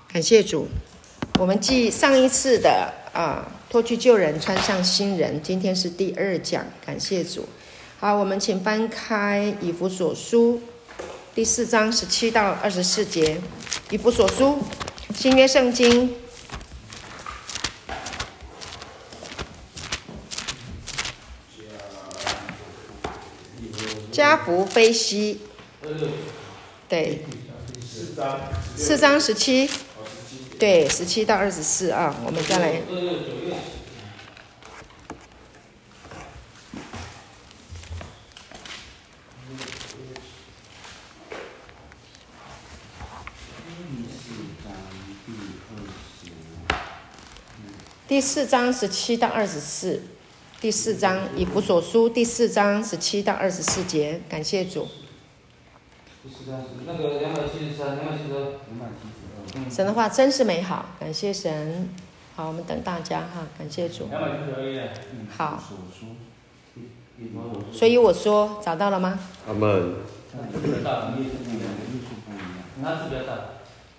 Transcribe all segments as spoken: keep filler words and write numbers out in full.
感谢主。我们继上一次的啊，脱去旧人，穿上新人，今天是第二讲，感谢主。好，我们请翻开以弗所书第四章十七到二十四节。以弗所书新约圣经加福非西，对，四章十七，对，十七到二十四啊，我们再来。第四章十七到二十四。第四章以弗所书第四章十七到二十四节，感谢主。 第四章那个两百七十三，两百七十二，两百七十二。 神的话真是美好，感谢神。好，我们等大家哈，感谢主。 两百七十二页。 好。所以我说，找到了吗？ 阿门。 他字比较大。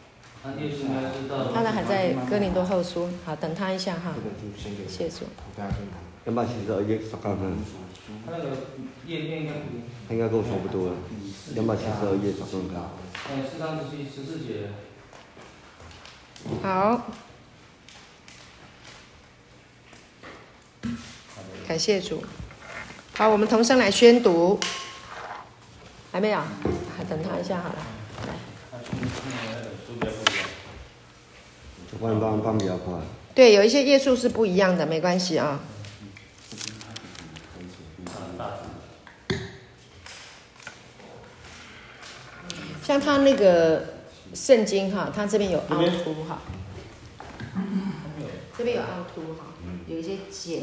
他的还在哥林多后书，好，等他一下哈。谢谢主。 两百七十二页，少看看。 他那个页面应该不一样。 他应该跟我差不多了。两百七十二页，少看看。 嗯，四章十七、十四节。 好。感谢主。好，我们同声来宣读。还没有？还等他一下好了。来。 翻翻翻比较快。 对，有一些页数是不一样的，没关系啊。像他那个圣经哈，他这边有凹凸哈，这边有凹凸哈，有一些简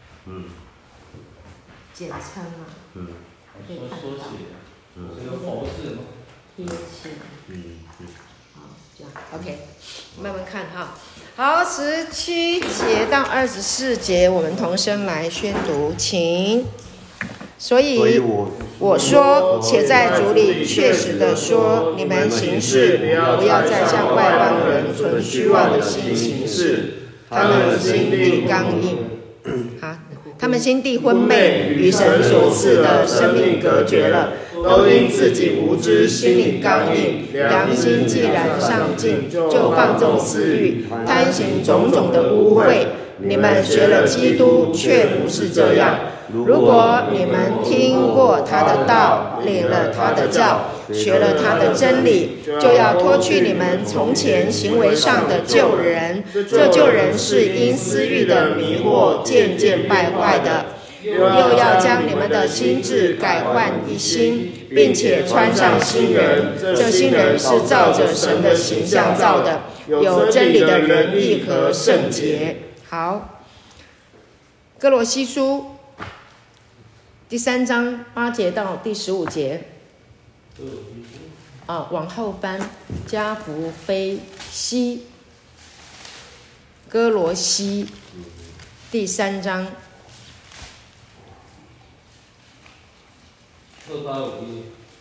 简称啊，可以看到。 这个佛字。 贴切。好，这样 OK， 慢慢看哈。好，十七节到二十四节，我们同声来宣读，请。所以我说，且在主里确实的说，你们行事不要再像外邦人存虚妄的心行事，他们心地刚硬，好，他们心地昏昧，与神所赐的生命隔绝了，都因自己无知，心里刚硬，良心既然上进，就放纵私欲，贪行种种的污秽。你们学了基督，却不是这样。如果你们听过他的道，领了他的教，学了他的真理，就要脱去你们从前行为上的旧人。这旧人是因私欲的迷惑渐渐败坏的，又要将你们的心志改换一新，并且穿上新人。这新人是照着神的形象造的，有真理的仁义和圣洁。好，哥罗西书第三章八节到第十五节，啊，往后翻，加福非西，哥罗西第三章。 二八五一。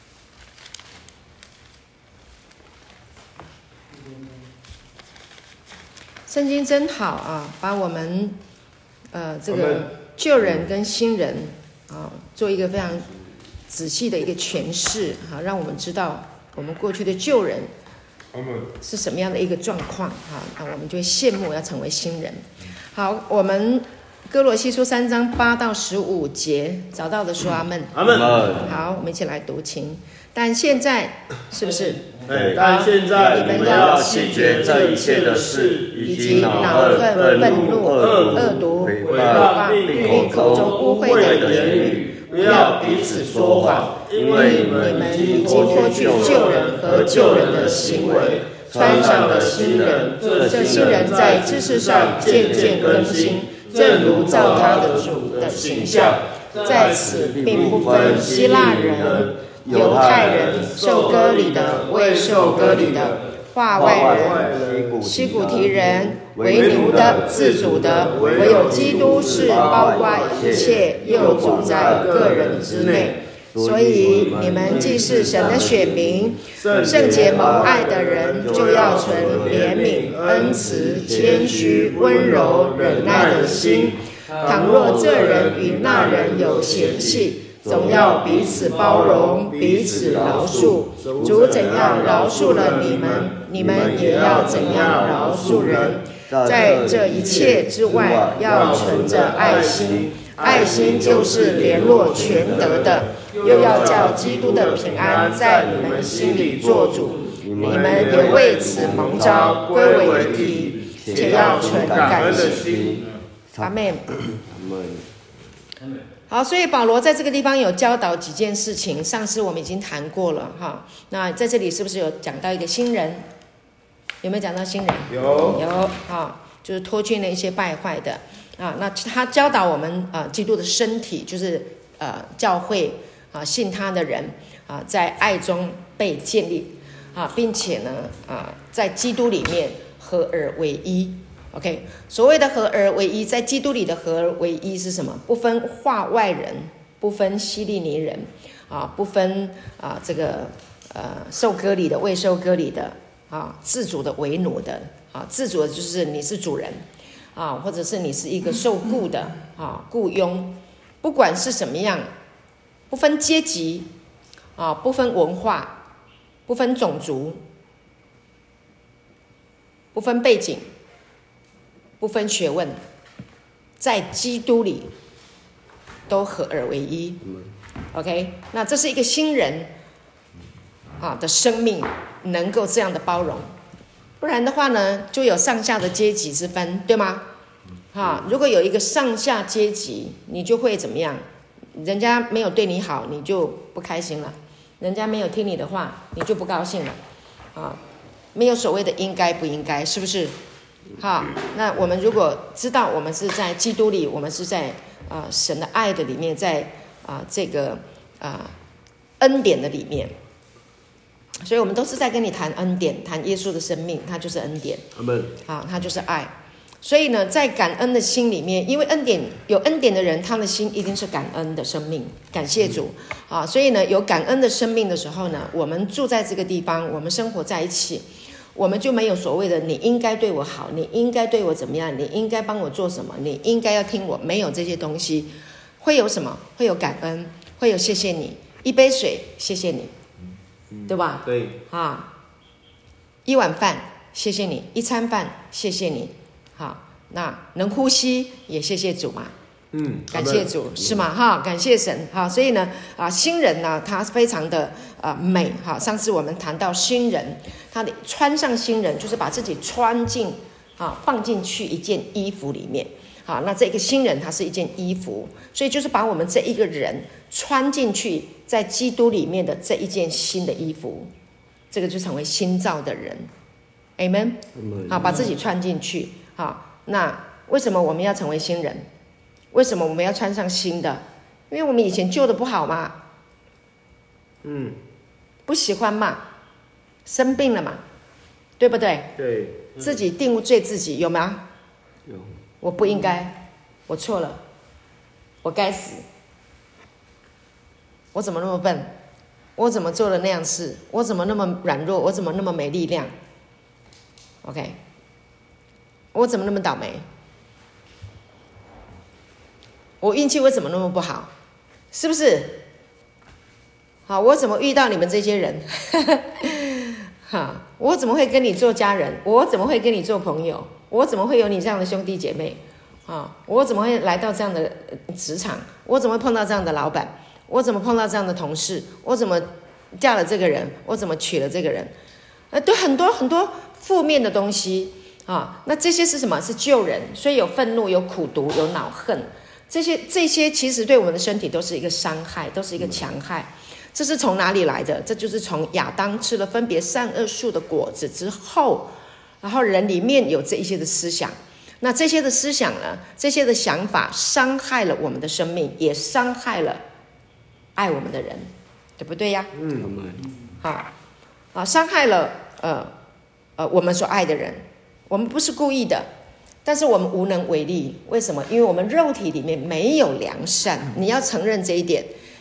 圣经真好啊，把我们呃这个旧人跟新人啊做一个非常仔细的一个诠释啊，让我们知道我们过去的旧人是什么样的一个状况啊，那我们就会羡慕要成为新人。好，我们哥罗西书三章八到十五节，找到的说阿们。 阿们。 好，我们一起来读经。但现在是不是？ 对，但现在你们要弃绝这一切的事， 以及恼恨、愤怒、恶毒、诽谤，并口中污秽的言语，不要彼此说谎，因为你们已经脱去旧人和旧人的行为，穿上了新人。这新人在知识上渐渐更新，正如照他的主的形象。在此并不分希腊人、犹太人，受割礼的、未受割礼的，化外人、西古提人，为奴的、自主的，唯有基督是包括一切，又住在个人之内。 所以你们既是神的选民，圣洁蒙爱的人，就要存怜悯、恩慈、谦虚、温柔、忍耐的心。倘若这人与那人有嫌隙，总要彼此包容，彼此饶恕。主怎样饶恕了你们，你们也要怎样饶恕人。在这一切之外，要存着爱心，爱心就是联络全德的，又要叫基督的平安在你们心里做主。你们也为此蒙召，归为一体，且要存感恩的心。阿们。好，所以保罗在这个地方有教导几件事情，上次我们已经谈过了哈。那在这里是不是有讲到一个新人？有没有讲到新人？ 有有啊，就是脱去那些败坏的啊。那他教导我们啊，基督的身体就是呃教会啊，信他的人啊，在爱中被建立啊，并且呢啊，在基督里面合而为一。OK， 所谓的合而为一，在基督里的合而为一是什么？不分化外人，不分希利尼人啊，不分啊这个呃受割礼的未受割礼的啊，自主的为奴的啊，自主的就是你是主人啊，或者是你是一个受雇的啊雇佣，不管是什么样，不分阶级啊，不分文化，不分种族，不分背景。不分学问，在基督里都合而为一。OK， 那这是一个新人啊的生命能够这样的包容，不然的话呢，就有上下的阶级之分，对吗？啊，如果有一个上下阶级，你就会怎么样？人家没有对你好，你就不开心了；人家没有听你的话，你就不高兴了。啊，没有所谓的应该不应该，是不是？好，那我们如果知道我们是在基督里，我们是在啊、呃、神的爱的里面，在啊、呃、这个啊、呃、恩典的里面，所以我们都是在跟你谈恩典，谈耶稣的生命，他就是恩典。好，他就是爱。所以呢，在感恩的心里面，因为恩典有恩典的人，他的心一定是感恩的生命，感谢主啊。所以呢，有感恩的生命的时候呢，我们住在这个地方，我们生活在一起。我们就没有所谓的你应该对我好，你应该对我怎么样，你应该帮我做什么，你应该要听我，没有这些东西。会有什么？会有感恩，会有谢谢你，一杯水谢谢你，对吧？ 对啊，一碗饭谢谢你，一餐饭谢谢你，好，那能呼吸也谢谢主嘛。嗯，感谢主是吗？哈，感谢神哈。所以呢，啊，新人呢，他非常的啊美哈。上次我们谈到新人，他的穿上新人，就是把自己穿进啊放进去一件衣服里面。好，那这个新人他是一件衣服，所以就是把我们这一个人穿进去，在基督里面的这一件新的衣服，这个就成为新造的人。Amen。好，把自己穿进去。好，那为什么我们要成为新人？为什么我们要穿上新的？因为我们以前旧的不好嘛，嗯，不喜欢嘛，生病了嘛，对不对？ 对， 自己定罪自己，有吗？ 有。 我不应该，我错了，我该死，我怎么那么笨？我怎么做了那样事？我怎么那么软弱？我怎么那么没力量 ？OK， 我怎么那么倒霉？我运气为什么那么不好？是不是？好，我怎么遇到你们这些人？哈，我怎么会跟你做家人？我怎么会跟你做朋友？我怎么会有你这样的兄弟姐妹？啊，我怎么会来到这样的职场？我怎么会碰到这样的老板？我怎么碰到这样的同事？我怎么嫁了这个人？我怎么娶了这个人？呃，对，很多很多负面的东西啊。那这些是什么？是救人，所以有愤怒，有苦毒，有恼恨。这些这些其实对我们的身体都是一个伤害，都是一个强害。这是从哪里来的？这就是从亚当吃了分别善恶树的果子之后，然后人里面有这一些的思想。那这些的思想呢，这些的想法伤害了我们的生命，也伤害了爱我们的人，对不对呀？嗯，好，啊，伤害了呃呃我们所爱的人，我们不是故意的。但是我们无能为力，为什么？因为我们肉体里面没有良善，你要承认这一点。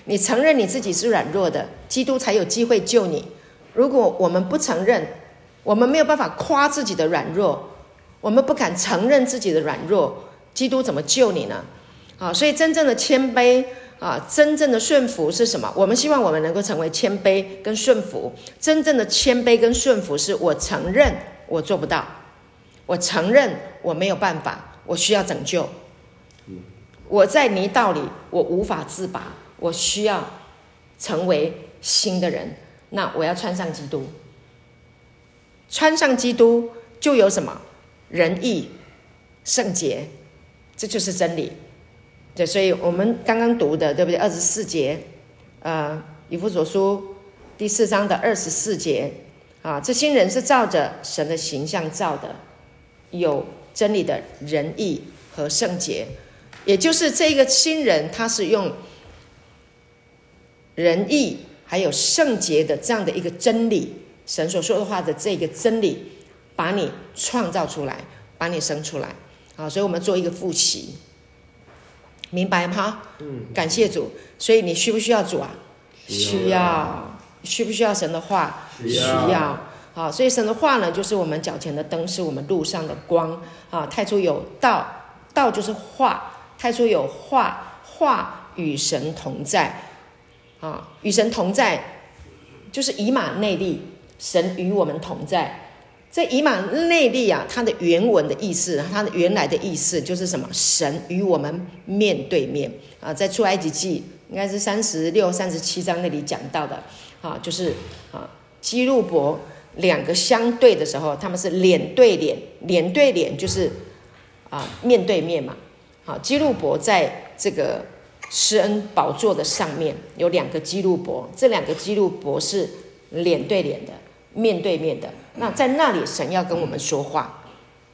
你承认你自己是软弱的，基督才有机会救你。如果我们不承认，我们没有办法夸自己的软弱，我们不敢承认自己的软弱，基督怎么救你呢？啊，所以真正的谦卑啊，真正的顺服是什么？我们希望我们能够成为谦卑跟顺服。真正的谦卑跟顺服是我承认我做不到，我承认我没有办法，我需要拯救。我在泥道里，我无法自拔，我需要成为新的人。那我要穿上基督，穿上基督就有什么？仁义、圣洁，这就是真理。对，所以我们刚刚读的，对不对？二十四节，呃，以弗所书第四章的二十四节啊，这新人是照着神的形象造的，有真理的仁义和圣洁，也就是这个新人，他是用仁义还有圣洁的这样的一个真理，神所说的话的这个真理，把你创造出来，把你生出来啊！所以我们做一个复习，明白吗？嗯，感谢主。所以你需不需要主啊？需要。需不需要神的话？ 需要。 需要。好，所以神的话呢，就是我们脚前的灯，是我们路上的光啊。太初有道，道就是话，太初有话，话与神同在啊，与神同在就是以马内利，神与我们同在。这以马内利啊，它的原文的意思，它的原来的意思就是什么？神与我们面对面啊，在出埃及记应该是三十六、三十七章那里讲到的啊，就是啊，基路伯两个相对的时候，他们是脸对脸，脸对脸就是啊面对面嘛。好，基路伯在这个施恩宝座的上面有两个基路伯，这两个基路伯是脸对脸的，面对面的。那在那里，神要跟我们说话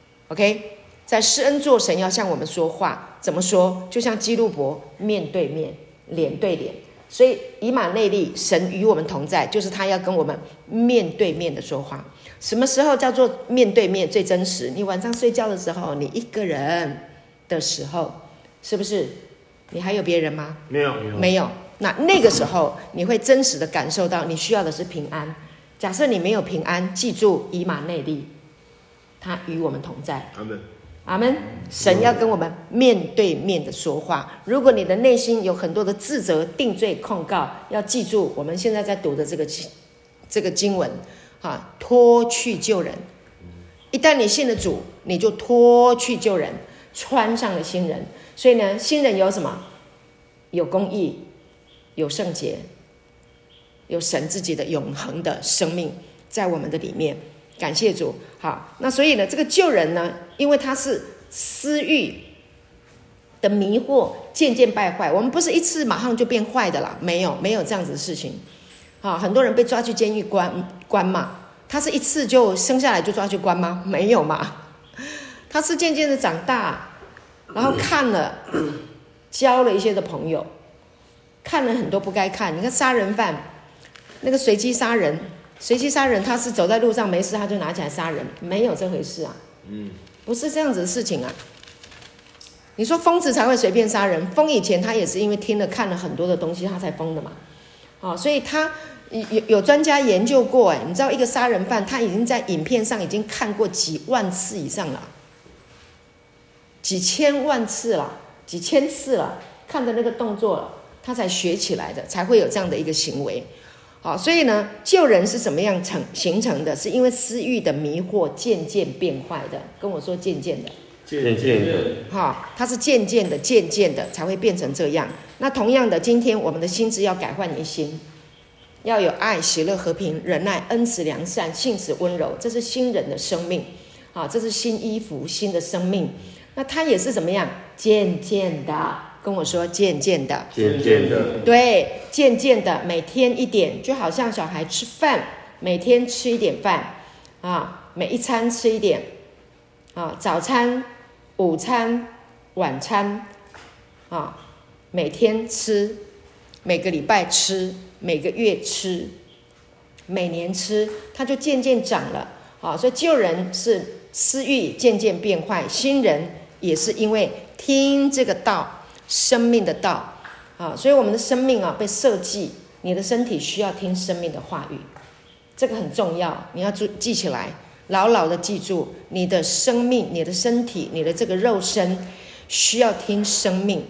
，OK， 在施恩座，神要向我们说话，怎么说？就像基路伯面对面，脸对脸。所以以马内利，神与我们同在，就是他要跟我们面对面的说话。什么时候叫做面对面最真实？你晚上睡觉的时候，你一个人的时候，是不是？你还有别人吗？ 没有， 没有。那那个时候，你会真实的感受到，你需要的是平安。假设你没有平安，记住以马内利，他与我们同在。 阿门。 阿门。神要跟我们面对面的说话。如果你的内心有很多的自责、定罪、控告，要记住我们现在在读的这个这个经文啊，脱去旧人。一旦你信了主，你就脱去旧人，穿上了新人。所以呢，新人有什么？有公义，有圣洁，有神自己的永恒的生命在我们的里面。感谢主。好，那所以呢，这个旧人呢，因为他是私欲的迷惑，渐渐败坏。我们不是一次马上就变坏的啦，没有，没有这样子的事情。好，很多人被抓去监狱关关嘛，他是一次就生下来就抓去关吗？没有嘛，他是渐渐的长大，然后看了，交了一些的朋友，看了很多不该看。你看杀人犯，那个随机杀人。随机杀人，他是走在路上没事，他就拿起来杀人，没有这回事啊，嗯，不是这样子的事情啊。你说疯子才会随便杀人，疯以前他也是因为听了看了很多的东西，他才疯的嘛。哦，所以他有有专家研究过，哎，你知道一个杀人犯，他已经在影片上已经看过几万次以上了，几千万次了，几千次了，看的那个动作了，他才学起来的，才会有这样的一个行为。好，所以呢，旧人是怎么样成形成的？是因为私欲的迷惑渐渐变坏的。跟我说渐渐的， 渐渐的， 好，它是渐渐的、渐渐的才会变成这样。那同样的，今天我们的心智要改换一新，要有爱、喜乐、和平、忍耐、恩慈、良善、信实、温柔，这是新人的生命。好，这是新衣服、新的生命。那它也是怎么样？渐渐的。跟我说渐渐的， 渐渐的， 对，渐渐的，每天一点，就好像小孩吃饭，每天吃一点饭啊，每一餐吃一点啊，早餐、午餐、晚餐啊，每天吃，每个礼拜吃，每个月吃，每年吃，它就渐渐长了啊。所以旧人是私欲渐渐变坏，新人也是因为听这个道。生命的道啊，所以我们的生命啊被设计，你的身体需要听生命的话语，这个很重要，你要记起来，牢牢的记住，你的生命、你的身体、你的这个肉身需要听生命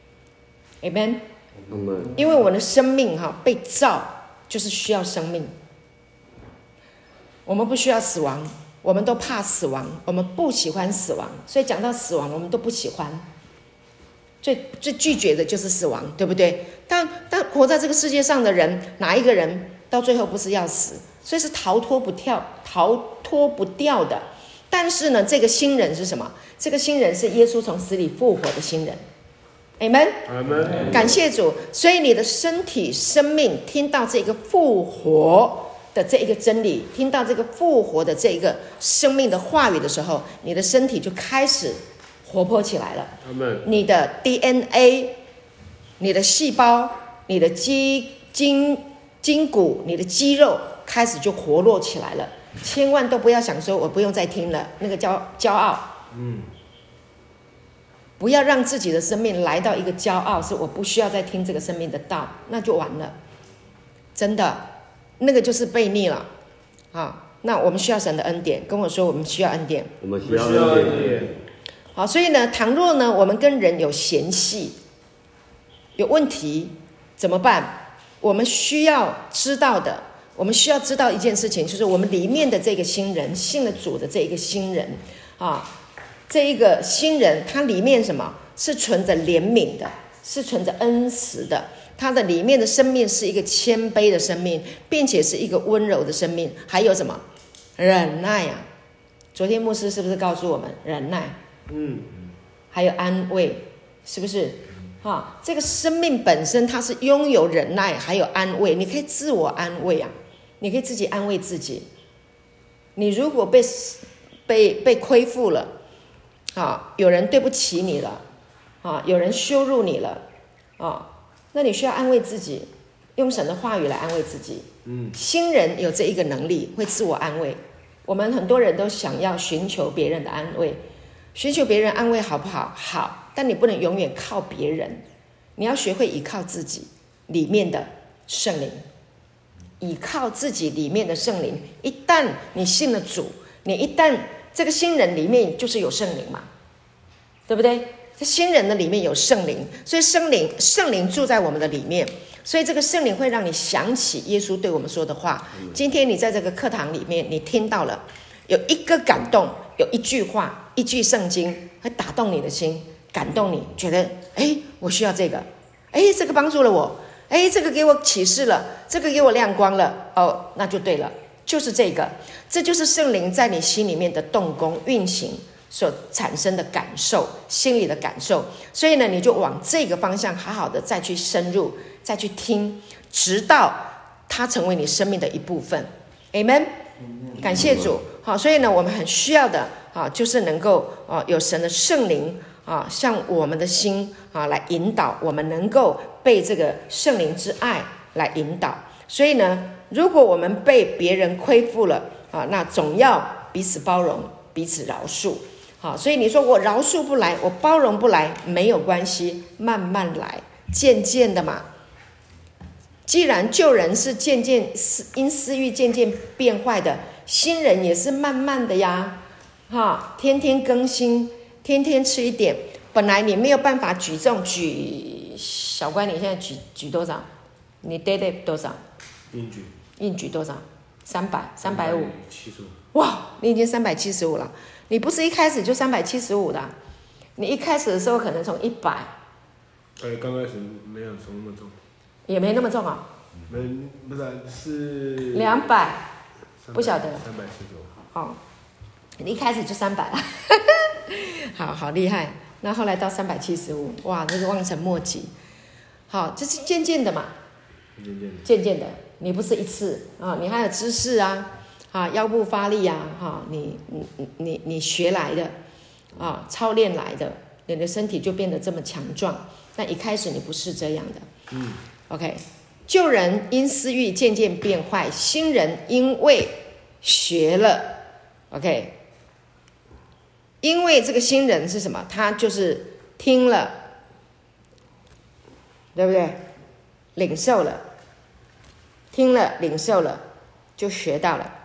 ，Amen。因为我的生命哈、啊、被造就是需要生命，我们不需要死亡，我们都怕死亡，我们不喜欢死亡，所以讲到死亡，我们都不喜欢。最最拒绝的就是死亡，对不对？但但活在这个世界上的人，哪一个人到最后不是要死？所以是逃脱不掉、逃脱不掉的。但是呢，这个新人是什么？这个新人是耶稣从死里复活的新人。Amen， Amen， 感谢主。所以你的身体、生命听到这个复活的这一个真理，听到这个复活的这一个生命的话语的时候，你的身体就开始活泼起来了。 Amen， 你的 D N A、你的细胞、你的肌筋筋骨、你的肌肉开始就活络起来了。千万都不要想说我不用再听了，那个骄骄傲。 嗯， 不要让自己的生命来到一个骄傲，是我不需要再听这个生命的道，那就完了。真的，那个就是悖逆了啊！那我们需要神的恩典，跟我说我们需要恩典。 我们需要恩典。 好，所以呢，倘若呢，我们跟人有嫌隙、有问题，怎么办？我们需要知道的，我们需要知道一件事情，就是我们里面的这个新人，信了主的这一个新人啊。这一个新人，他里面什么是存着怜悯的，是存着恩慈的，他的里面的生命是一个谦卑的生命，并且是一个温柔的生命，还有什么忍耐啊？昨天牧师是不是告诉我们忍耐？ 嗯， 还有安慰，是不是？哈，这个生命本身它是拥有忍耐，还有安慰，你可以自我安慰啊，你可以自己安慰自己。你如果被被被亏负了。啊，有人对不起你了，啊，有人羞辱你了，啊，那你需要安慰自己，用神的话语来安慰自己。 嗯， 新人有这一个能力，会自我安慰。我们很多人都想要寻求别人的安慰，寻求别人安慰好不好？好，但你不能永远靠别人，你要学会依靠自己里面的圣灵，依靠自己里面的圣灵。一旦你信了主，你一旦这个新人里面就是有圣灵嘛，对不对？这新人的里面有圣灵，所以圣灵圣灵住在我们的里面，所以这个圣灵会让你想起耶稣对我们说的话。今天你在这个课堂里面，你听到了有一个感动，有一句话，一句圣经会打动你的心，感动你，觉得哎，我需要这个，哎，这个帮助了我，哎，这个给我启示了，这个给我亮光了，哦，那就对了。就是这个，这就是圣灵在你心里面的动工运行所产生的感受，心里的感受。所以呢，你就往这个方向好好的再去深入，再去听，直到它成为你生命的一部分。 Amen， 感谢主。好，所以呢，我们很需要的啊，就是能够啊有神的圣灵啊，向我们的心啊来引导，我们能够被这个圣灵之爱来引导。所以呢，如果我们被别人亏负了啊，那总要彼此包容，彼此饶恕。好，所以你说我饶恕不来，我包容不来，没有关系，慢慢来，渐渐的嘛。既然旧人是渐渐因私欲渐渐变坏的，新人也是慢慢的呀。哈，天天更新，天天吃一点。本来你没有办法举重，举小乖，你现在举举多少？你 day day 多少？ 硬举， 硬举多少？三百，三百五。 七十五。 哇，你已经三百七十五了。你不是一开始就三百七十五的，你一开始的时候可能从一百。 哎，刚开始没有从那么重。 也没那么重啊。 没，不是是。 两百，不晓得。 三百七十五。 哦，你一开始就三百了，好好厉害。那后来到三百七十五，哇，那个望尘莫及。好，这是渐渐的嘛。 渐渐的。 渐渐的。你不是一次啊，你还有知识啊，啊，腰部发力啊，哈，你你你你学来的，啊，操练来的，你的身体就变得这么强壮。但一开始你不是这样的， 嗯 ，OK， 旧人因私欲渐渐变坏，新人因为学了 ，OK， 因为这个新人是什么？他就是听了对不对？领受了，听了，领受了，就学到了，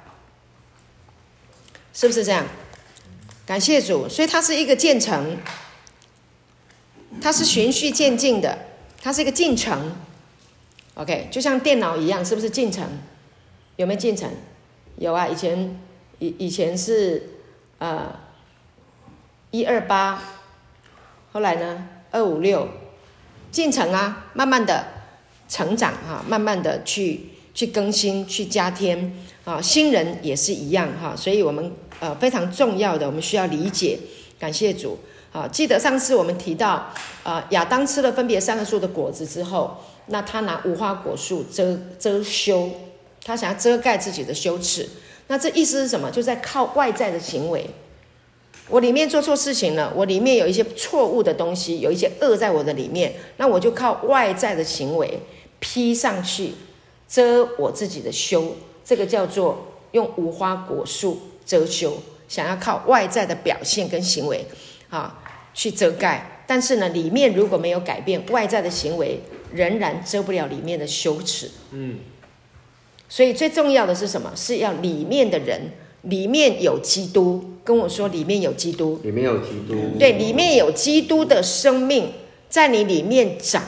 是不是这样？感谢主，所以它是一个渐层，它是循序渐进的，它是一个进程。OK， 就像电脑一样，是不是进程？有没有进程？有啊，以前以以前是呃一二八，后来呢二五六，进程啊，慢慢的成长哈、啊，慢慢的去去更新，去加添啊，新人也是一样哈、啊，所以我们呃非常重要的，我们需要理解，感谢主啊！记得上次我们提到，呃，亚当吃了分别善恶树的果子之后，那他拿无花果树遮遮羞，他想要遮盖自己的羞耻。那这意思是什么？就在靠外在的行为，我里面做错事情了，我里面有一些错误的东西，有一些恶在我的里面，那我就靠外在的行为披上去，遮我自己的羞，这个叫做用无花果树遮羞，想要靠外在的表现跟行为啊去遮盖，但是呢，里面如果没有改变，外在的行为仍然遮不了里面的羞耻。嗯。所以最重要的是什么？是要里面的人，里面有基督。跟我说，里面有基督， 里面有基督， 对，里面有基督的生命在你里面长。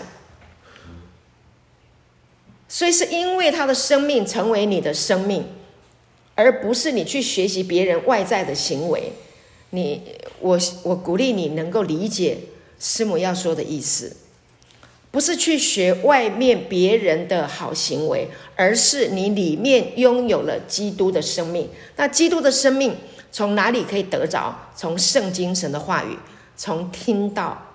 所以是因为他的生命成为你的生命，而不是你去学习别人外在的行为。你，我，我鼓励你能够理解师母要说的意思。不是去学外面别人的好行为，而是你里面拥有了基督的生命。那基督的生命从哪里可以得着？从圣经神的话语，从听到。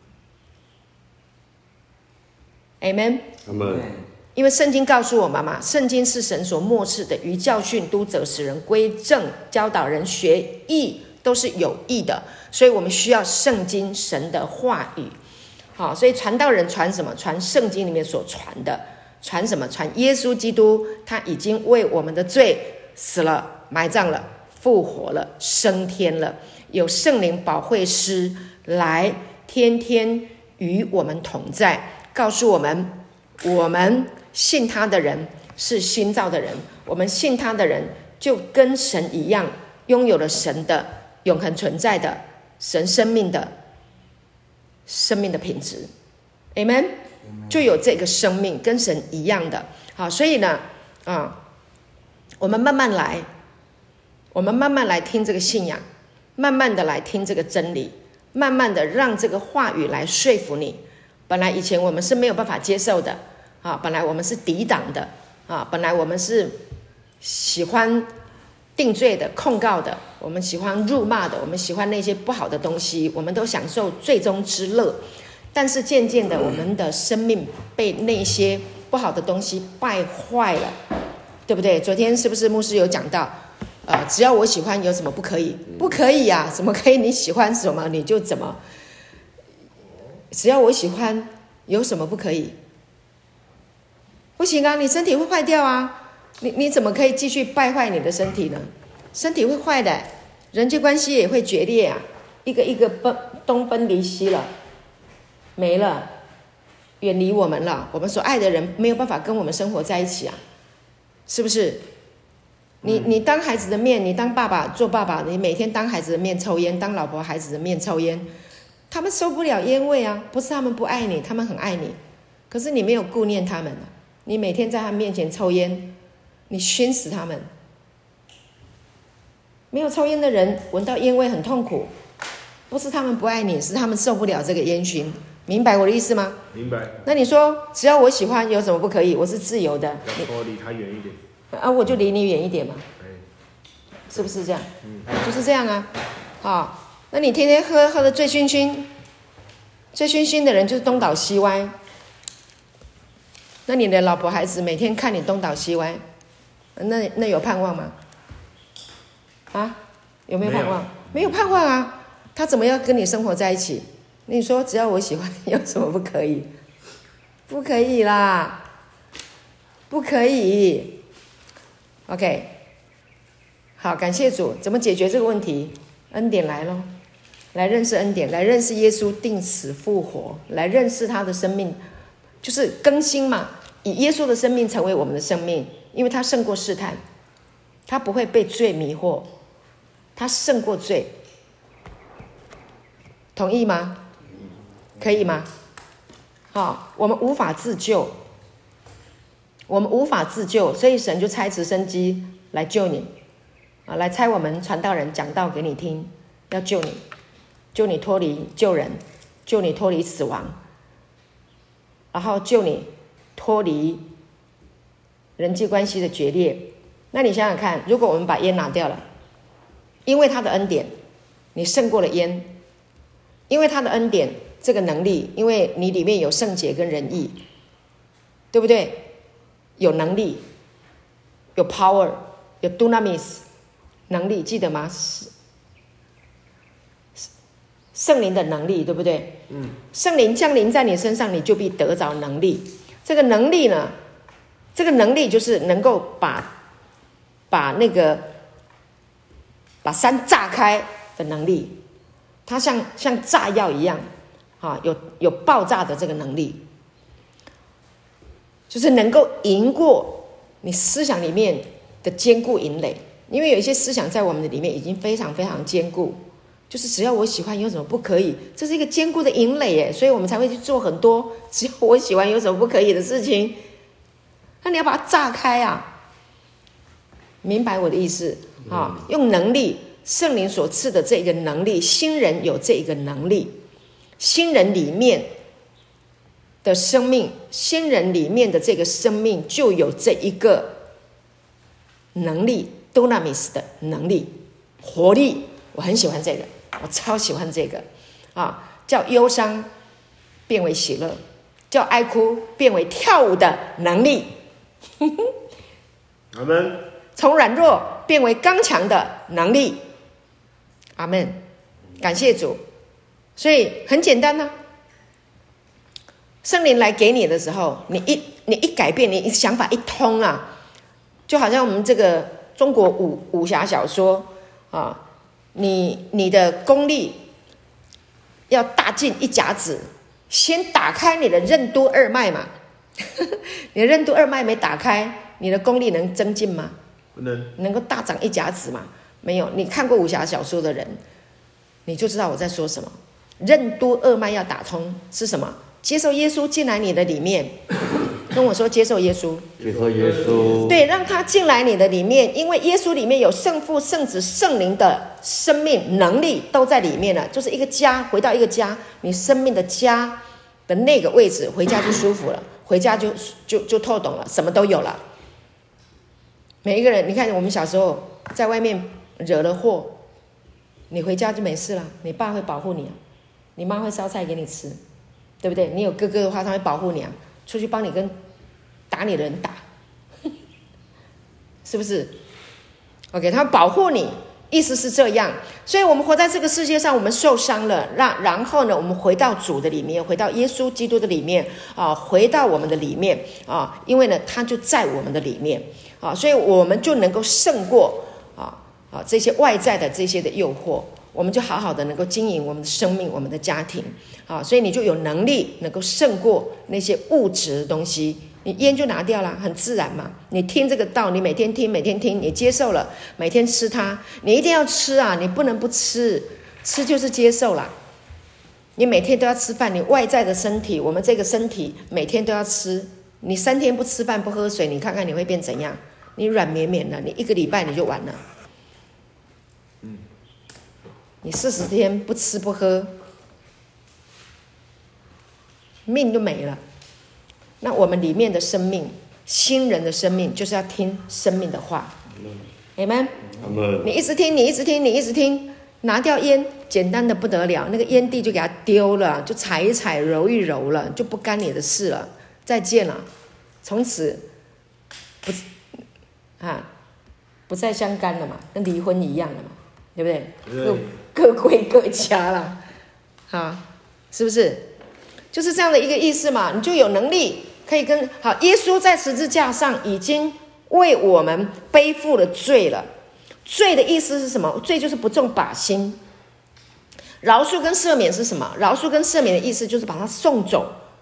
Amen。 Amen。 因为圣经告诉我们嘛，圣经是神所默示的，于教训、督责、使人归正、教导人学义，都是有益的。所以我们需要圣经神的话语。好，所以传道人传什么？传圣经里面所传的。传什么？传耶稣基督，他已经为我们的罪死了、埋葬了、复活了、升天了，有圣灵保惠师来天天与我们同在，告诉我们，我们信他的人是新造的人，我们信他的人就跟神一样，拥有了神的永恒存在的神生命的生命的品质。 Amen。 就有这个生命跟神一样的。好，所以呢啊，我们慢慢来，我们慢慢来听这个信仰，慢慢的来听这个真理，慢慢的让这个话语来说服你。本来以前我们是没有办法接受的啊，本来我们是抵挡的啊，本来我们是喜欢定罪的、控告的，我们喜欢辱骂的，我们喜欢那些不好的东西，我们都享受罪中之乐。但是渐渐的，我们的生命被那些不好的东西败坏了，对不对？昨天是不是牧师有讲到，呃，只要我喜欢，有什么不可以？不可以啊，怎么可以？你喜欢什么你就怎么。只要我喜欢，有什么不可以？不行啊，你身体会坏掉啊！你你怎么可以继续败坏你的身体呢？身体会坏的，人际关系也会决裂啊，一个一个奔东奔离西了。没了，远离我们了，我们所爱的人没有办法跟我们生活在一起啊，是不是？你你当孩子的面，你当爸爸做爸爸，你每天当孩子的面抽烟，当老婆孩子的面抽烟，他们受不了烟味啊！不是他们不爱你，他们很爱你，可是你没有顾念他们啊，你每天在他们面前抽烟，你熏死他们。没有抽烟的人闻到烟味很痛苦，不是他们不爱你，是他们受不了这个烟熏。明白我的意思吗？ 明白。 那你说，只要我喜欢，有什么不可以？我是自由的。 要多离他远一点。 啊，我就离你远一点嘛。 哎， 是不是这样？ 嗯， 就是这样啊。好，那你天天喝喝的醉醺醺，醉醺醺的人就是东倒西歪。那你的老婆孩子每天看你东倒西歪，那那有盼望吗？啊，有没有盼望？没有盼望啊！他怎么要跟你生活在一起？你说只要我喜欢，有什么不可以？不可以啦，不可以。OK， 好，感谢主。怎么解决这个问题？恩典来咯，来认识恩典，来认识耶稣定死复活，来认识他的生命， 就是更新嘛，以耶稣的生命成为我们的生命，因为他胜过试探，他不会被罪迷惑，他胜过罪，同意吗？可以吗？好，我们无法自救，我们无法自救，所以神就差直升机来救你啊，来差我们传道人讲道给你听，要救你，救你脱离救人，救你脱离死亡，然后救你脱离人际关系的决裂。那你想想看，如果我们把烟拿掉了，因为他的恩典，你胜过了烟，因为他的恩典这个能力，因为你里面有圣洁跟仁义，对不对？有能力，有 power， 有 dunamis 能力，记得吗？圣灵的能力，对不对？嗯。圣灵降临在你身上，你就必得着能力。这个能力呢，这个能力就是能够把把那个把山炸开的能力，它像像炸药一样，啊，有有爆炸的这个能力，就是能够赢过你思想里面的坚固营垒。因为有一些思想在我们的里面已经非常非常坚固，就是只要我喜欢有什么不可以，这是一个坚固的营垒耶，所以我们才会去做很多只要我喜欢有什么不可以的事情。那你要把它炸开啊，明白我的意思啊？用能力，圣灵所赐的这个能力，新人有这个能力，新人里面的生命，新人里面的这个生命就有这一个能力 dunamis 的能力，活力。我很喜欢这个，我超喜欢这个啊！叫忧伤变为喜乐，叫哀哭变为跳舞的能力。 阿们。 从软弱变为刚强的能力。阿们。感谢主。所以很简单啊，圣灵来给你的时候，你一你一改变，你想法一通啊，就好像我们这个中国武武侠小说啊。你你的功力要大进一甲子，先打开你的任督二脉嘛。你的任督二脉没打开，你的功力能增进吗？ 不能。 能够大长一甲子吗？没有。你看过武侠小说的人，你就知道我在说什么。任督二脉要打通是什么？接受耶稣进来你的里面。跟我说接受耶稣， 接受耶稣， 对，让他进来你的里面，因为耶稣里面有圣父、圣子、圣灵的生命能力都在里面了，就是一个家，回到一个家，你生命的家的那个位置，回家就舒服了，回家就就就透懂了，什么都有了。每一个人，你看我们小时候在外面惹了祸，你回家就没事了，你爸会保护你，你妈会烧菜给你吃，对不对？你有哥哥的话，他会保护你啊，出去帮你跟打你的人打，是不是 ？OK， 他保护你，意思是这样。所以我们活在这个世界上，我们受伤了，让然后呢，我们回到主的里面，回到耶稣基督的里面啊，回到我们的里面啊，因为呢，他就在我们的里面啊，所以我们就能够胜过啊啊这些外在的这些的诱惑，我们就好好的能够经营我们的生命，我们的家庭啊，所以你就有能力能够胜过那些物质的东西。你烟就拿掉了，很自然嘛。你听这个道，你每天听，每天听，你接受了，每天吃它，你一定要吃啊，你不能不吃，吃就是接受啦。你每天都要吃饭，你外在的身体，我们这个身体每天都要吃。你三天不吃饭不喝水，你看看你会变怎样？你软绵绵的，你一个礼拜你就完了。嗯，你四十天不吃不喝，命就没了。那我们里面的生命，新人的生命，就是要听生命的话。Amen。你一直听，你一直听，你一直听，拿掉烟，简单的不得了，那个烟蒂就给它丢了，就踩一踩，揉一揉了，就不干你的事了，再见了，从此不啊不再相干了嘛，跟离婚一样了嘛，对不对？ 对， 各各归各家了，啊，是不是？就是这样的一个意思嘛，你就有能力可以跟好。耶稣在十字架上已经为我们背负了罪了。罪的意思是什么？罪就是不中靶心。饶恕跟赦免是什么？饶恕跟赦免的意思就是把它送走，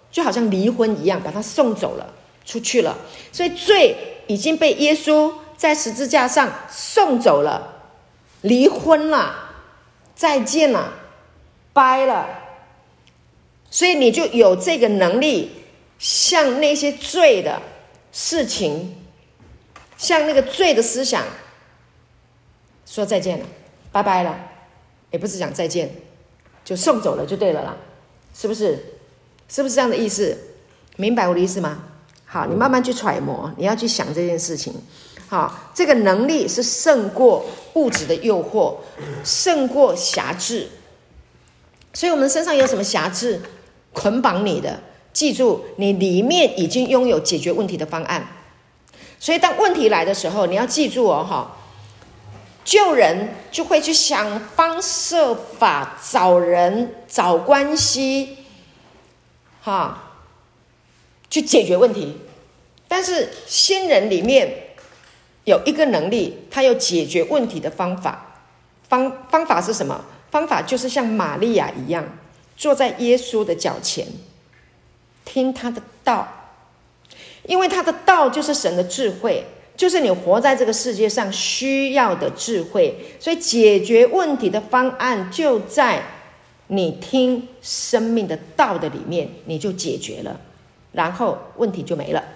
就好像离婚一样，把他送走了，出去了。所以罪已经被耶稣在十字架上送走了，离婚了，再见了，掰了。所以你就有这个能力，向那些罪的事情，向那个罪的思想说再见了，拜拜了，也不是讲再见，就送走了就对了啦，是不是？是不是这样的意思？明白我的意思吗？好，你慢慢去揣摩，你要去想这件事情。好，这个能力是胜过物质的诱惑，胜过辖制。所以我们身上有什么辖制捆绑你的，记住，你里面已经拥有解决问题的方案。所以当问题来的时候，你要记住哦，哈，救人就会去想方设法找人找关系，哈，去解决问题。但是新人里面有一个能力，他有解决问题的方法。方方法是什么？方法就是像玛利亚一样，坐在耶稣的脚前，听他的道。因为他的道就是神的智慧，就是你活在这个世界上需要的智慧。所以解决问题的方案就在你听生命的道的里面，你就解决了，然后问题就没了。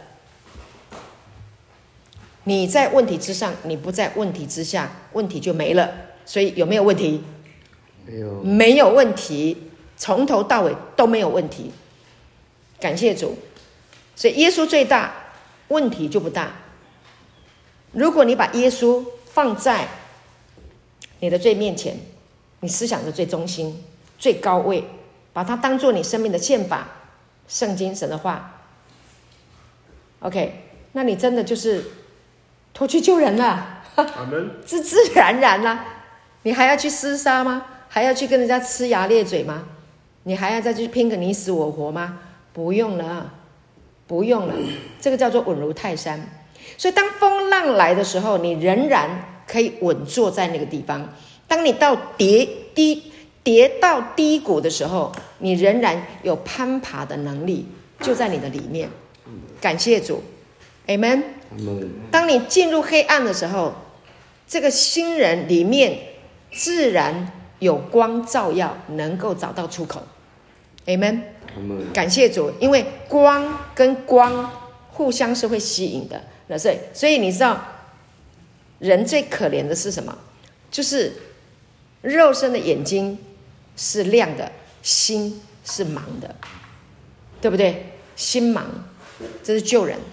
你在问题之上，你不在问题之下，问题就没了。所以有没有问题？ 没有， 没有问题，从头到尾都没有问题。感谢主。所以耶稣最大，问题就不大。如果你把耶稣放在你的最面前，你思想的最中心、最高位，把它当作你生命的宪法、圣经神的话 ，OK， 那你真的就是脱去救人了，自自然然啦。你还要去厮杀吗？还要去跟人家呲牙咧嘴吗？你还要再去拼个你死我活吗？不用了，不用了，这个叫做稳如泰山。所以当风浪来的时候，你仍然可以稳坐在那个地方。当你到跌低跌到低谷的时候，你仍然有攀爬的能力，就在你的里面。感谢主 ，Amen。当你进入黑暗的时候，这个新人里面自然有光照耀，能够找到出口。Amen。感谢主，因为光跟光互相是会吸引的。那所以，所以你知道，人最可怜的是什么？就是肉身的眼睛是亮的，心是盲的，对不对？心盲，这是救人，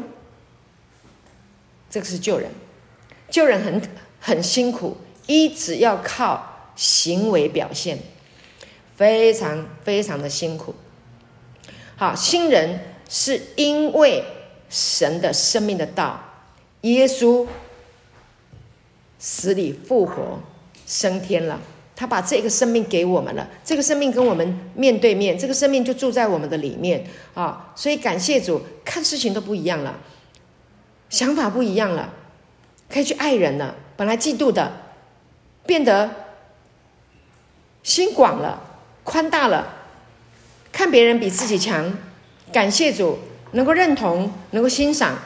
这个是救人。救人很很辛苦，一直要靠行为表现，非常非常的辛苦。好，新人是因为神的生命的道，耶稣死里复活升天了，他把这个生命给我们了，这个生命跟我们面对面，这个生命就住在我们的里面啊！所以感谢主，看事情都不一样了，想法不一样了，可以去爱人了，本来嫉妒的变得心广了，宽大了，看别人比自己强，感谢主，能够认同，能够欣赏，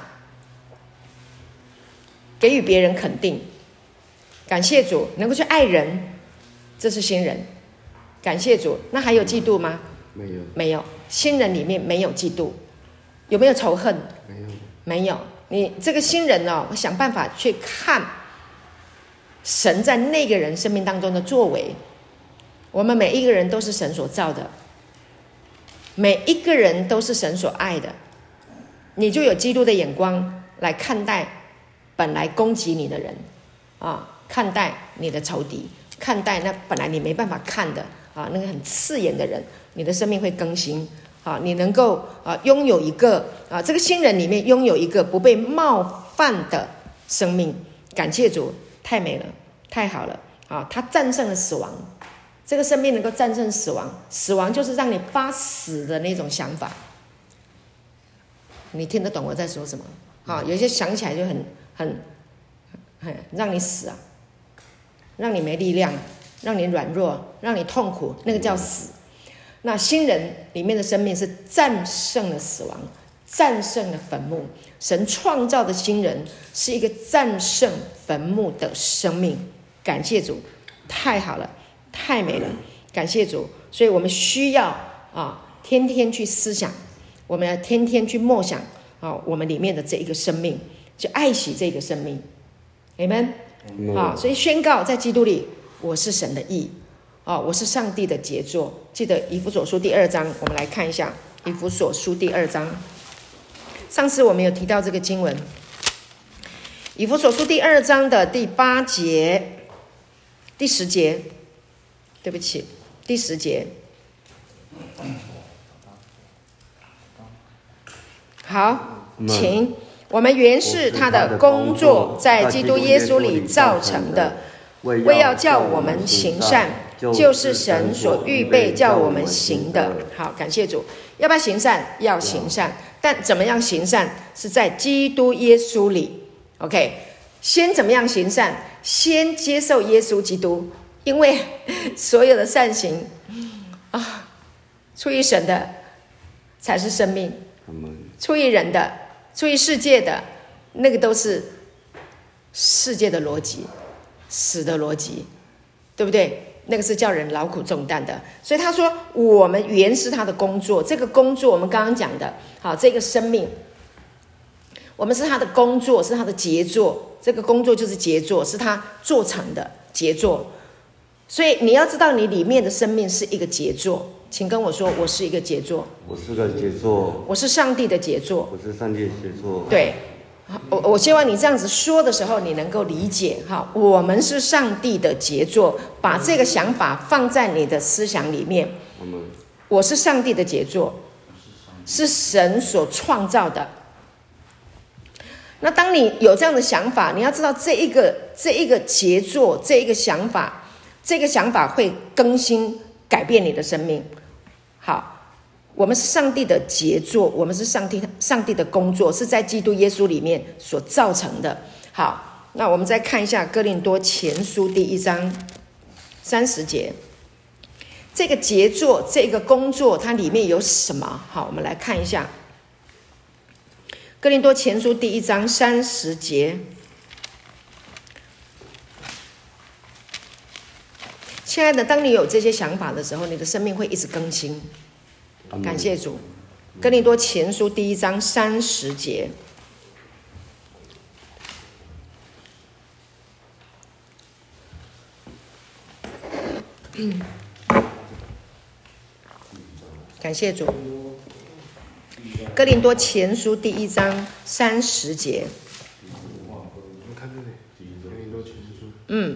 给予别人肯定，感谢主，能够去爱人，这是新人，感谢主。那还有嫉妒吗？ 没有， 没有。新人里面没有嫉妒，有没有仇恨？ 没有， 没有。你这个新人哦，想办法去看神在那个人生命当中的作为。我们每一个人都是神所造的，每一个人都是神所爱的，你就有基督的眼光来看待本来攻击你的人啊，看待你的仇敌，看待那本来你没办法看的啊，那个很刺眼的人，你的生命会更新啊，你能够啊拥有一个啊这个新人里面拥有一个不被冒犯的生命。感谢主，太美了，太好了啊！他战胜了死亡。这个生命能够战胜死亡，死亡就是让你发死的那种想法。你听得懂我在说什么？好，有些想起来就很很很让你死啊，让你没力量，让你软弱，让你痛苦，那个叫死。 那新人里面的生命是战胜了死亡，战胜了坟墓。神创造的新人是一个战胜坟墓的生命。感谢主，太好了，太美了，感谢主。所以我们需要啊，天天去思想，我们要天天去默想啊，我们里面的这一个生命，就爱惜这个生命。Amen。好，所以宣告在基督里，我是神的义。哦，我是上帝的杰作。记得以弗所书第二章，我们来看一下以弗所书第二章。上次我们有提到这个经文，以弗所书第二章的第八节、第十节，对不起，第十节。好，请。我们原是他的工作，在基督耶稣里造成的，为要叫我们行善，就是神所预备叫我们行的。好，感谢主。要不要行善？要行善。但怎么样行善？是在基督耶稣里。OK， 先怎么样行善？先接受耶稣基督，因为所有的善行啊，出于神的才是生命，出于人的。出于世界的那个都是世界的逻辑，死的逻辑，对不对？那个是叫人劳苦重担的。所以他说我们原是他的工作，这个工作我们刚刚讲的，好，这个生命我们是他的工作，是他的杰作，这个工作就是杰作，是他做成的杰作。所以你要知道你里面的生命是一个杰作，请跟我说，我是一个杰作， 我是个杰作， 我是上帝的杰作， 我是上帝的杰作。 对，我我希望你这样子说的时候，你能够理解哈，我们是上帝的杰作，把这个想法放在你的思想里面。我是上帝的杰作，是神所创造的。那当你有这样的想法，你要知道这一个这一个杰作，这一个想法，这个想法会更新改变你的生命。好，我们是上帝的杰作，我们是上帝上帝的工作，是在基督耶稣里面所造成的。好，那我们再看一下哥林多前书第一章三十节，这个杰作，这个工作，它里面有什么？好，我们来看一下哥林多前书第一章三十节。亲爱的，当你有这些想法的时候，你的生命会一直更新。感谢主。哥林多前书第一章三十节。嗯，感谢主。哥林多前书第一章三十节。嗯。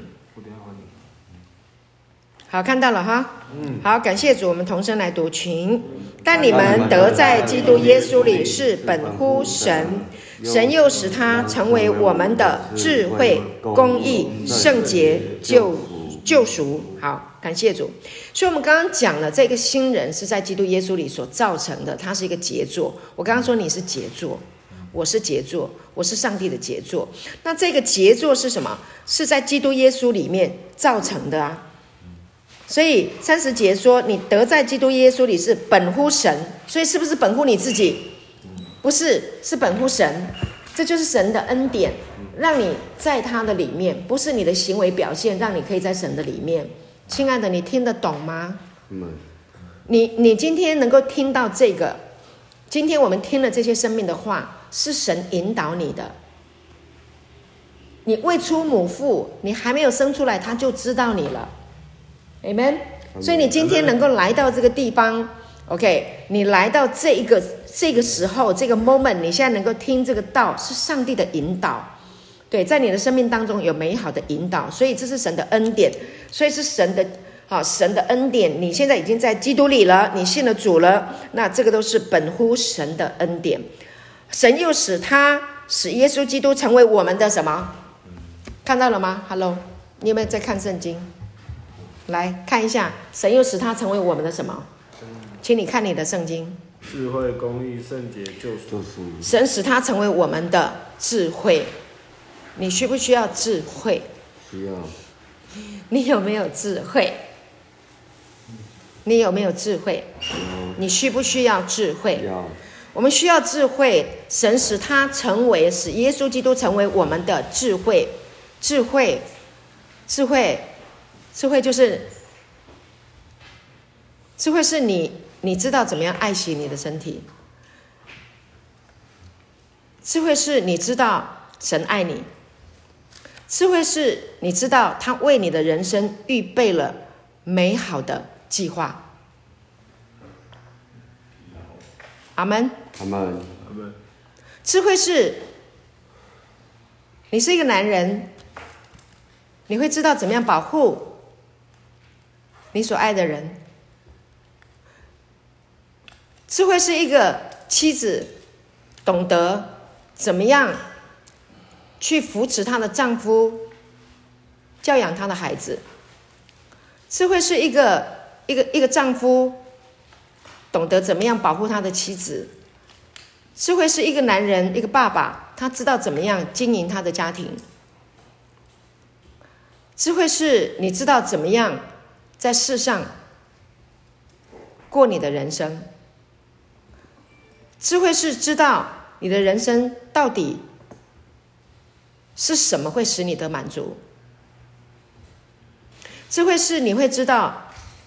好，看到了哈。好，感谢主，我们同声来读群。但你们得在基督耶稣里是本乎神，神又使他成为我们的智慧、公义、圣洁、救救赎。好，感谢主。所以我们刚刚讲了，这个新人是在基督耶稣里所造成的，它是一个杰作。我刚刚说你是杰作，我是杰作，我是上帝的杰作。那这个杰作是什么？是在基督耶稣里面造成的啊。所以三十节说你得在基督耶稣里是本乎神，所以是不是本乎你自己？不是，是本乎神。这就是神的恩典，让你在他的里面，不是你的行为表现让你可以在神的里面。亲爱的，你听得懂吗？你你今天能够听到这个，今天我们听了这些生命的话，是神引导你的。你未出母腹，你还没有生出来，他就知道你了。Amen。 所以你今天能够来到这个地方 OK， 你来到这一个这个时候这个 moment， 你现在能够听这个道，是上帝的引导。对，在你的生命当中有美好的引导，所以这是神的恩典，所以是神的好神的恩典。你现在已经在基督里了，你信了主了，那这个都是本乎神的恩典。神又使他使耶稣基督成为我们的什么？看到了吗 ？Hello， 你有没有在看圣经？来看一下，神又使他成为我们的什么？请你看你的圣经。 智慧、公义、圣洁、救赎。 神使他成为我们的智慧。你需不需要智慧？ 需要。 你有没有智慧？ 你有没有智慧？你需不需要智慧？ 要。 我们需要智慧，神使他成为，使耶稣基督成为我们的智慧。智慧，智慧，智慧就是智慧是你你知道怎么样爱惜你的身体。智慧是你知道神爱你。智慧是你知道他为你的人生预备了美好的计划。阿们。 阿们。 智慧是你是一个男人，你会知道怎么样保护你所爱的人。智慧是一个妻子，懂得怎么样去扶持她的丈夫，教养她的孩子。智慧是一个一个一个丈夫，懂得怎么样保护他的妻子。智慧是一个男人，一个爸爸，他知道怎么样经营他的家庭。智慧是你知道怎么样在世上过你的人生。智慧是知道你的人生到底是什么会使你得满足。智慧是你会知道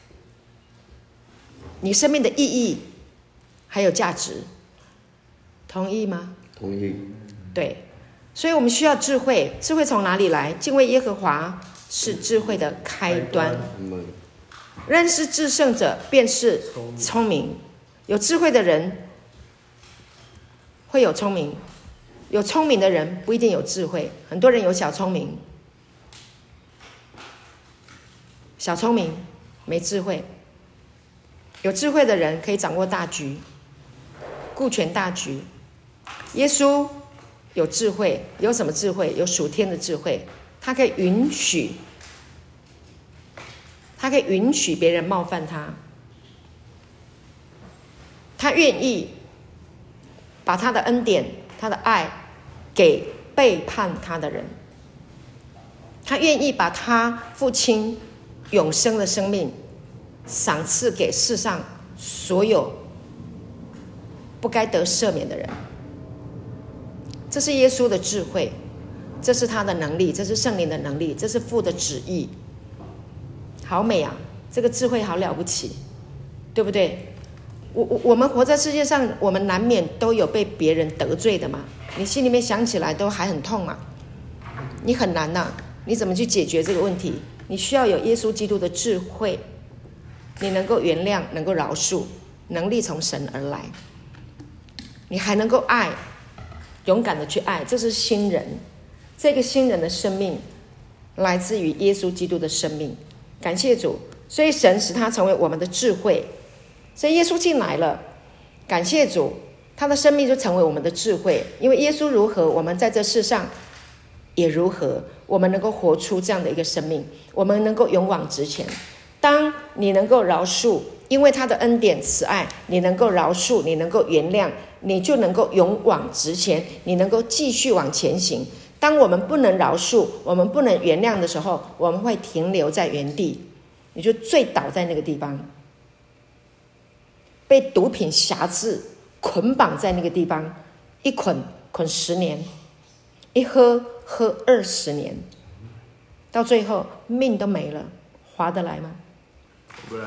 你生命的意义还有价值。同意吗？ 同意。 对，所以我们需要智慧。智慧从哪里来？敬畏耶和华是智慧的开端。认识至圣者便是聪明。有智慧的人会有聪明，有聪明的人不一定有智慧。很多人有小聪明，小聪明没智慧。有智慧的人可以掌握大局，顾全大局。耶稣有智慧，有什么智慧？有属天的智慧，他可以允许，他可以允许别人冒犯他，他愿意把他的恩典、他的爱给背叛他的人，他愿意把他父亲永生的生命赏赐给世上所有不该得赦免的人。这是耶稣的智慧，这是他的能力，这是圣灵的能力，这是父的旨意。好美啊，这个智慧好了不起，对不对？我我我们活在世界上，我们难免都有被别人得罪的嘛，你心里面想起来都还很痛啊，你很难啊，你怎么去解决这个问题？你需要有耶稣基督的智慧，你能够原谅，能够饶恕，能力从神而来，你还能够爱，勇敢的去爱，这是新人。这个新人的生命来自于耶稣基督的生命。感谢主，所以神使他成为我们的智慧。所以耶稣进来了，感谢主，他的生命就成为我们的智慧。因为耶稣如何，我们在这世上也如何，我们能够活出这样的一个生命，我们能够勇往直前。当你能够饶恕，因为他的恩典慈爱，你能够饶恕，你能够原谅，你就能够勇往直前，你能够继续往前行。当我们不能饶恕，我们不能原谅的时候，我们会停留在原地，你就醉倒在那个地方，被毒品辖制捆绑在那个地方，一捆捆十年，一喝喝二十年，到最后命都没了，划得来吗？ 不来。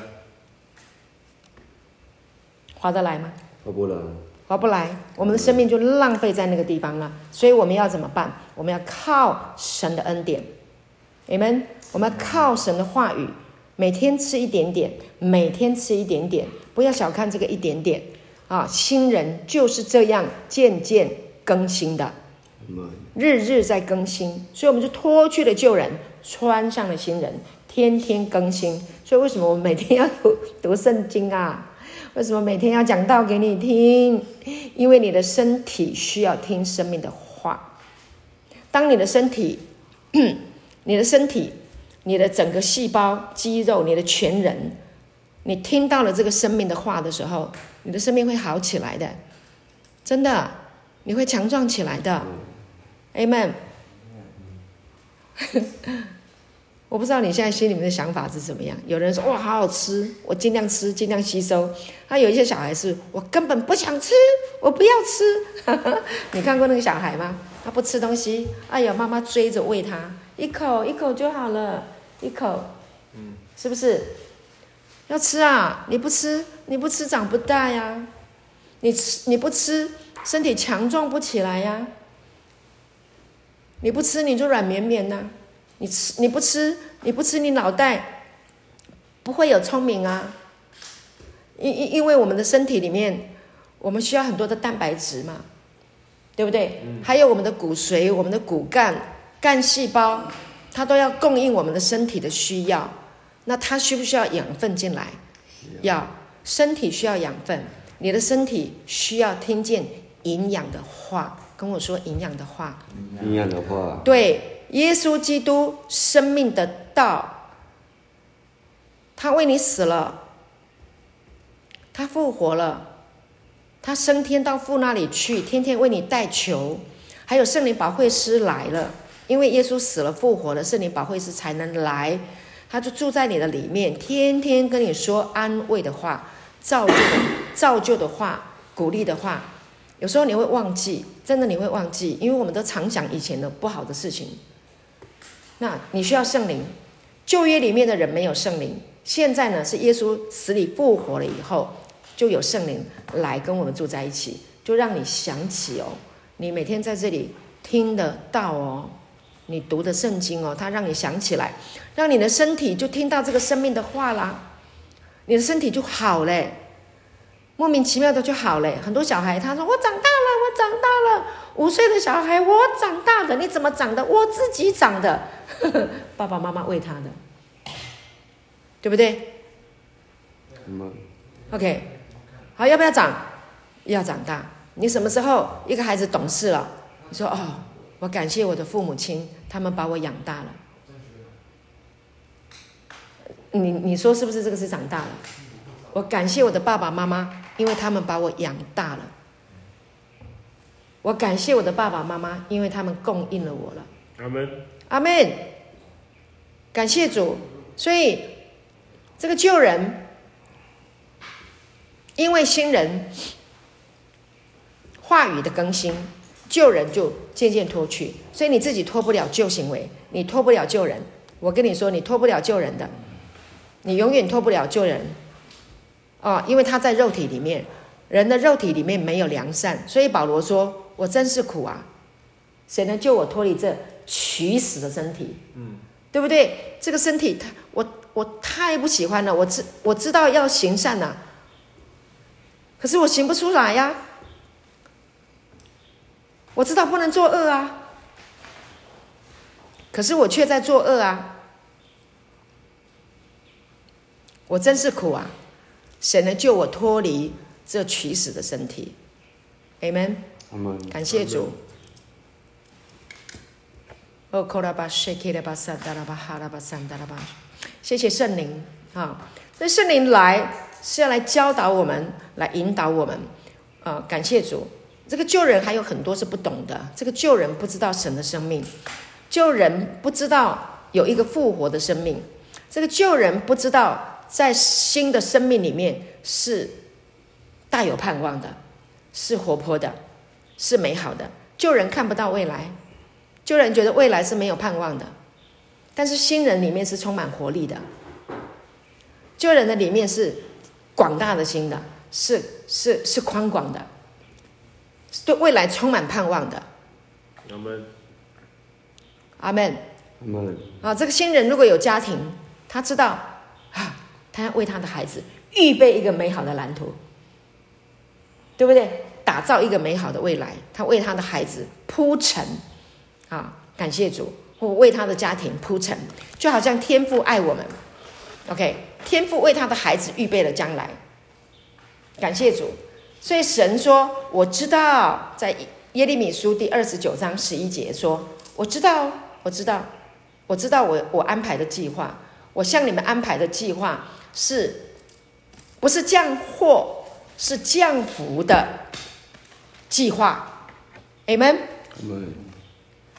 划得来吗？ 划不来。 划不来，我们的生命就浪费在那个地方了。所以我们要怎么办？我们要靠神的恩典，你们，我们要靠神的话语，每天吃一点点，每天吃一点点，不要小看这个一点点啊！新人就是这样渐渐更新的，日日在更新，所以我们就脱去了旧人，穿上了新人，天天更新。所以为什么我们每天要读读圣经啊？为什么每天要讲道给你听？因为你的身体需要听生命的话。当你的身体你的身体你的整个细胞肌肉，你的全人，你听到了这个生命的话的时候，你的生命会好起来的，真的，你会强壮起来的。 Amen 我不知道你现在心里面的想法是怎么样。有人说哇好好吃，我尽量吃，尽量吸收。那有一些小孩是我根本不想吃，我不要吃。你看过那个小孩吗？他不吃东西，哎呀，妈妈追着喂他，一口一口就好了，一口，嗯，是不是？要吃啊！你不吃，你不吃长不大呀。你吃，你不吃，身体强壮不起来呀。你不吃，你就软绵绵呐。你吃，你不吃，你不吃，你脑袋不会有聪明啊。因因因为我们的身体里面，我们需要很多的蛋白质嘛，对不对？嗯、还有我们的骨髓、我们的骨干、干细胞，它都要供应我们的身体的需要。那它需不需要养分进来？要，身体需要养分，你的身体需要听见营养的话。跟我说营养的话。 营养的话。 对。耶稣基督生命的道，他为你死了，他复活了，他升天到父那里去，天天为你代求。还有圣灵保惠师来了，因为耶稣死了复活了，圣灵保惠师才能来，他就住在你的里面，天天跟你说安慰的话，造就的造就的话，鼓励的话。有时候你会忘记，真的你会忘记，因为我们都常讲以前的不好的事情。那你需要圣灵，旧约里面的人没有圣灵，现在呢是耶稣死里复活了以后，就有圣灵来跟我们住在一起，就让你想起哦，你每天在这里听得到哦，你读的圣经哦，它让你想起来，让你的身体就听到这个生命的话啦，你的身体就好嘞，莫名其妙的就好嘞。很多小孩他说我长大了，我长大了，五岁的小孩我长大了，你怎么长的？我自己长的。爸爸妈妈喂他的，对不对？ 嗯。 OK， 好，要不要长？要长大。你什么时候一个孩子懂事了？你说哦，我感谢我的父母亲，他们把我养大了。你你说是不是这个是长大了？我感谢我的爸爸妈妈，因为他们把我养大了。我感谢我的爸爸妈妈，因为他们供应了我了。 阿们。 阿们，感谢主。所以这个旧人，因为新人话语的更新，旧人就渐渐脱去。所以你自己脱不了旧行为，你脱不了旧人。我跟你说，你脱不了旧人的，你永远脱不了旧人。哦，因为他在肉体里面，人的肉体里面没有良善，所以保罗说：“我真是苦啊，谁能救我脱离这取死的身体？”嗯，对不对？这个身体，我我太不喜欢了。我知我知道要行善啊，可是我行不出来呀。我知道不能作恶啊，可是我却在作恶啊。我真是苦啊！谁能救我脱离这取死的身体 ？Amen。感谢主。哦，扣拉巴谢克拉巴萨达拉巴哈拉巴萨达拉巴，谢谢圣灵啊！那圣灵来是要来教导我们，来引导我们啊！感谢主。这个旧人还有很多是不懂的，这个旧人不知道神的生命，旧人不知道有一个复活的生命，这个旧人不知道在新的生命里面是大有盼望的，是活泼的，是美好的。旧人看不到未来，旧人觉得未来是没有盼望的，但是新人里面是充满活力的，旧人的里面是广大的心的，是是是宽广的，对未来充满盼望的。 阿们， 阿们， 阿们。 啊，这个新人如果有家庭，他知道啊，他要为他的孩子预备一个美好的蓝图，对不对？打造一个美好的未来，他为他的孩子铺陈啊，感谢主，或为他的家庭铺陈，就好像天父爱我们 ，OK， 天父为他的孩子预备了将来，感谢主。所以神说：“我知道，在耶利米书第二十九章十一节说，我知道，我知道，我知道我我安排的计划，我向你们安排的计划是，不是降祸，是降福的计划。” Amen。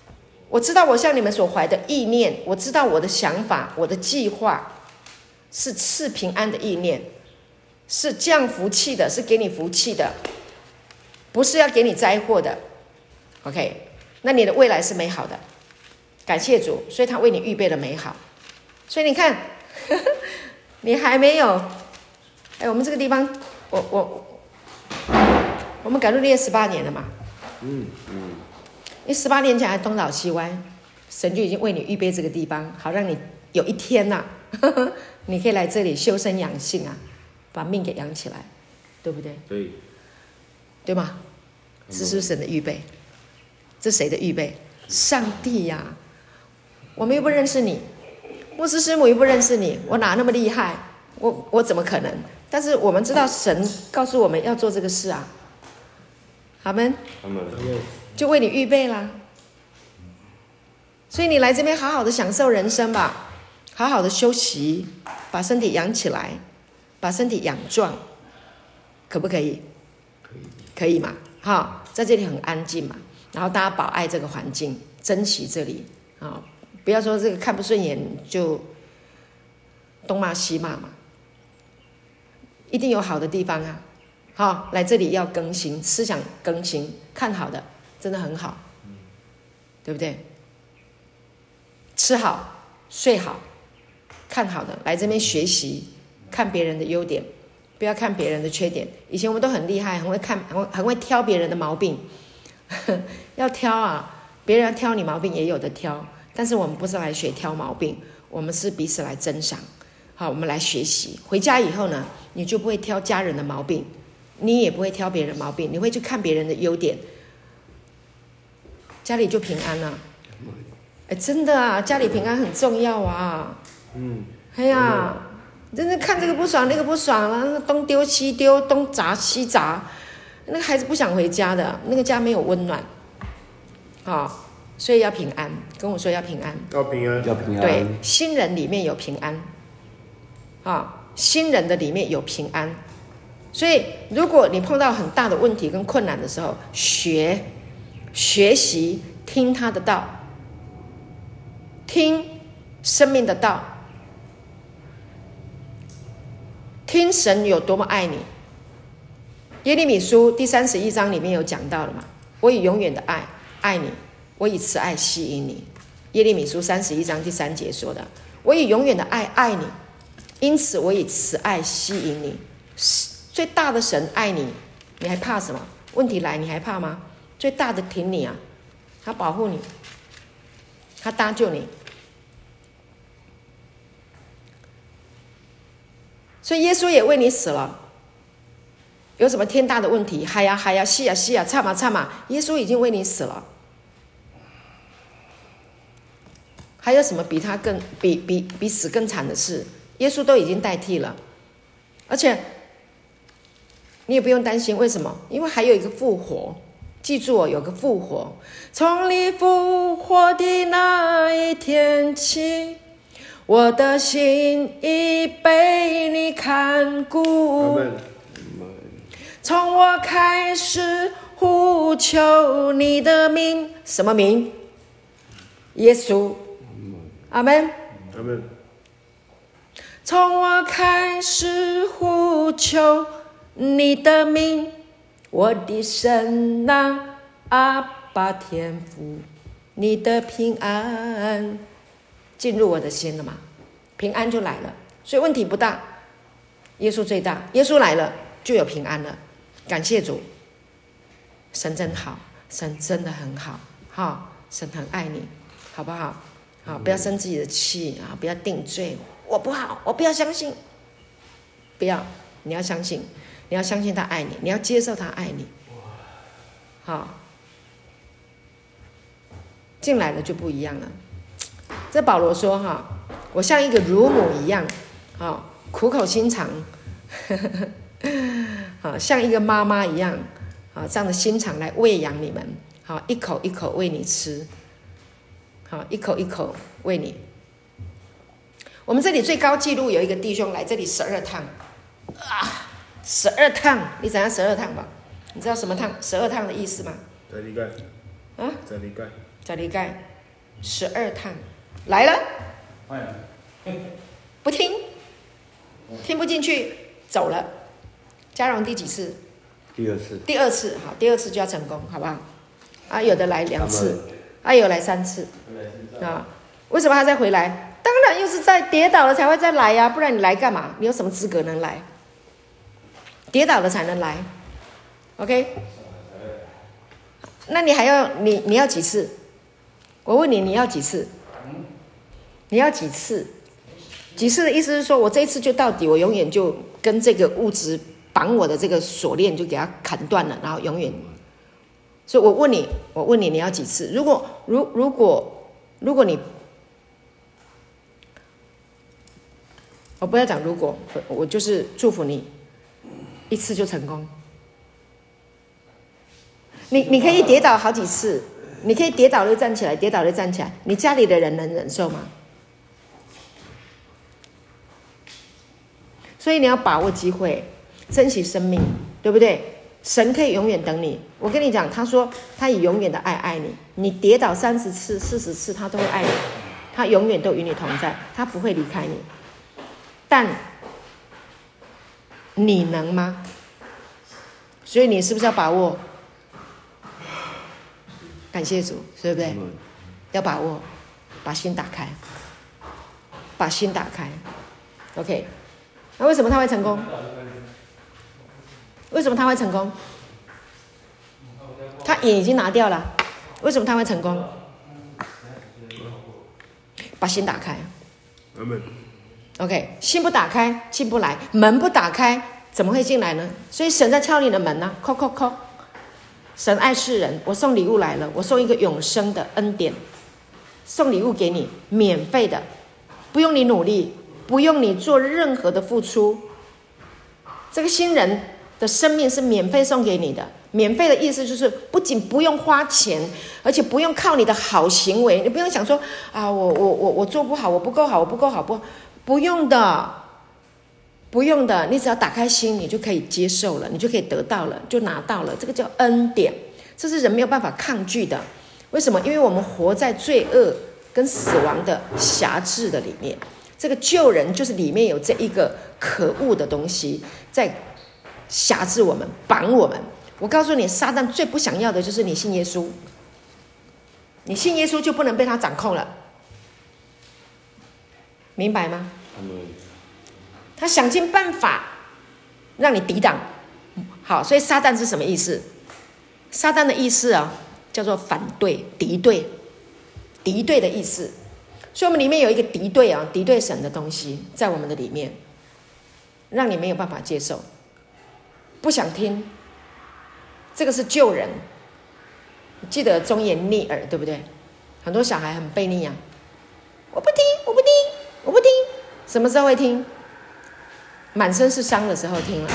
我知道我向你们所怀的意念，我知道我的想法，我的计划是赐平安的意念，是降福气的，是给你福气的，不是要给你灾祸的。 OK， 那你的未来是美好的，感谢主，所以他为你预备了美好。所以你看呵呵你还没有哎，我们这个地方我我我们赶路列十八年了嘛， 嗯嗯， 因为十八年前还东倒西歪，神就已经为你预备这个地方，好让你有一天呐、啊，你可以来这里修身养性啊，把命给养起来，对不对？ 对， 对吗？这是神的预备，这谁的预备？上帝呀、啊！我们又不认识你，牧师师母又不认识你，我哪那么厉害？我我怎么可能？但是我们知道神告诉我们要做这个事啊，阿们，就为你预备啦。所以你来这边好好的享受人生吧，好好的休息，把身体养起来，把身体养壮，可不可以？ 可以， 可以嘛？哈，在这里很安静嘛，然后大家保爱这个环境，珍惜这里啊，不要说这个看不顺眼就东骂西骂嘛，一定有好的地方啊。好，来这里要更新思想，更新看好的，真的很好，对不对？吃好睡好，看好的，来这边学习，看别人的优点，不要看别人的缺点。以前我们都很厉害，很会看，很会很会挑别人的毛病。要挑啊，别人要挑你毛病也有的挑，但是我们不是来学挑毛病，我们是彼此来珍赏。好，我们来学习。回家以后呢，你就不会挑家人的毛病，你也不会挑别人的毛病，你会去看别人的优点，家里就平安了。哎，真的啊，家里平安很重要啊。嗯，哎呀，真的看这个不爽，那个不爽了，东丢西丢，东砸西砸，那个孩子不想回家的，那个家没有温暖。好、哦，所以要平安，跟我说要平安， 要平安， 要平安。 对，新人里面有平安，啊、哦，新人的里面有平安。所以，如果你碰到很大的问题跟困难的时候，学学习听他的道。听生命的道，听神有多么爱你。耶利米书第三十一章里面有讲到了嘛？我以永远的爱爱你，我以慈爱吸引你。耶利米书三十一章第三节说的，我以永远的爱爱你，因此我以慈爱吸引你。最大的神爱你，你还怕什么？问题来你还怕吗？最大的挺你啊，他保护你，他搭救你。所以耶稣也为你死了，有什么天大的问题？嗨呀嗨呀，西呀西呀，唱嘛唱嘛，耶稣已经为你死了，还有什么比他更比比比死更惨的事？耶稣都已经代替了，而且你也不用担心，为什么？因为还有一个复活，记住哦，有个复活，从你复活的那一天起。我的心已被你看顾，从我开始呼求你的名，什么名？耶稣。阿们。 阿们。 从我开始呼求你的名，我的神啊，阿爸天父，你的平安进入我的心了嘛，平安就来了，所以问题不大，耶稣最大，耶稣来了就有平安了，感谢主，神真好，神真的很好，哈，神很爱你，好不好？好，不要生自己的气啊，不要定罪，我不好，我不要相信，不要，你要相信，你要相信他爱你，你要接受他爱你，好，进来了就不一样了。这保罗说哈，我像一个乳母一样，啊，苦口心肠，呵呵啊，像一个妈妈一样，啊，这样的心肠来喂养你们，好，一口一口喂你吃，好，一口一口喂你。我们这里最高纪录有一个弟兄来这里十二趟，啊，十二趟，你知道十二趟吧？你知道什么趟？十二趟的意思吗？ 十二届。 啊？ 十二届。 十二届。 十二趟，来了，不听，听不进去，走了。嘉荣第几次？ 第二次。 第二次，好，第二次就要成功，好不好？啊，有的来两次，啊，有来三次，啊，为什么他再回来？当然又是在跌倒了才会再来呀、啊，不然你来干嘛？你有什么资格能来？跌倒了才能来 ，OK？ 那你还要你你要几次？我问你，你要几次？你要几次？几次的意思是说，我这一次就到底，我永远就跟这个物质绑我的这个锁链就给它砍断了，然后永远。所以我问你，我问你，你要几次？如果如如果如果你，我不要讲如果，我就是祝福你，一次就成功。你你可以跌倒好几次，你可以跌倒了又站起来，跌倒了又站起来，你家里的人能忍受吗？所以你要把握机会，珍惜生命，对不对？神可以永远等你。我跟你讲，他说他以永远的爱爱你，你跌倒三十次、四十次，他都会爱你，他永远都与你同在，他不会离开你。但你能吗？所以你是不是要把握？感谢主，对不对？要把握，把心打开，把心打开。OK， 那为什么他会成功？为什么他会成功？他瘾已经拿掉了，为什么他会成功？把心打开。OK， 心不打开，进不来；门不打开，怎么会进来呢？所以神在敲你的门呢、啊，叩叩叩。神爱世人，我送礼物来了，我送一个永生的恩典，送礼物给你，免费的，不用你努力，不用你做任何的付出。这个新人的生命是免费送给你的。免费的意思就是不仅不用花钱，而且不用靠你的好行为，你不用想说啊，我我我我做不好，我不够好，我不够好，不不用的，不用的，你只要打开心，你就可以接受了，你就可以得到了，就拿到了，这个叫恩典，这是人没有办法抗拒的。为什么？因为我们活在罪恶跟死亡的辖制的里面，这个救人就是里面有这一个可恶的东西在辖制我们，绑我们。我告诉你，撒旦最不想要的就是你信耶稣，你信耶稣就不能被他掌控了，明白吗？他想尽办法让你抵挡。好，所以撒旦是什么意思？撒旦的意思啊，叫做反对、敌对、敌对的意思。所以我们里面有一个敌对啊，敌对神的东西在我们的里面，让你没有办法接受，不想听。这个是救人。记得忠言逆耳，对不对？很多小孩很悖逆啊，我不听，我不听，我不听。什么时候会听？满身是伤的时候听了。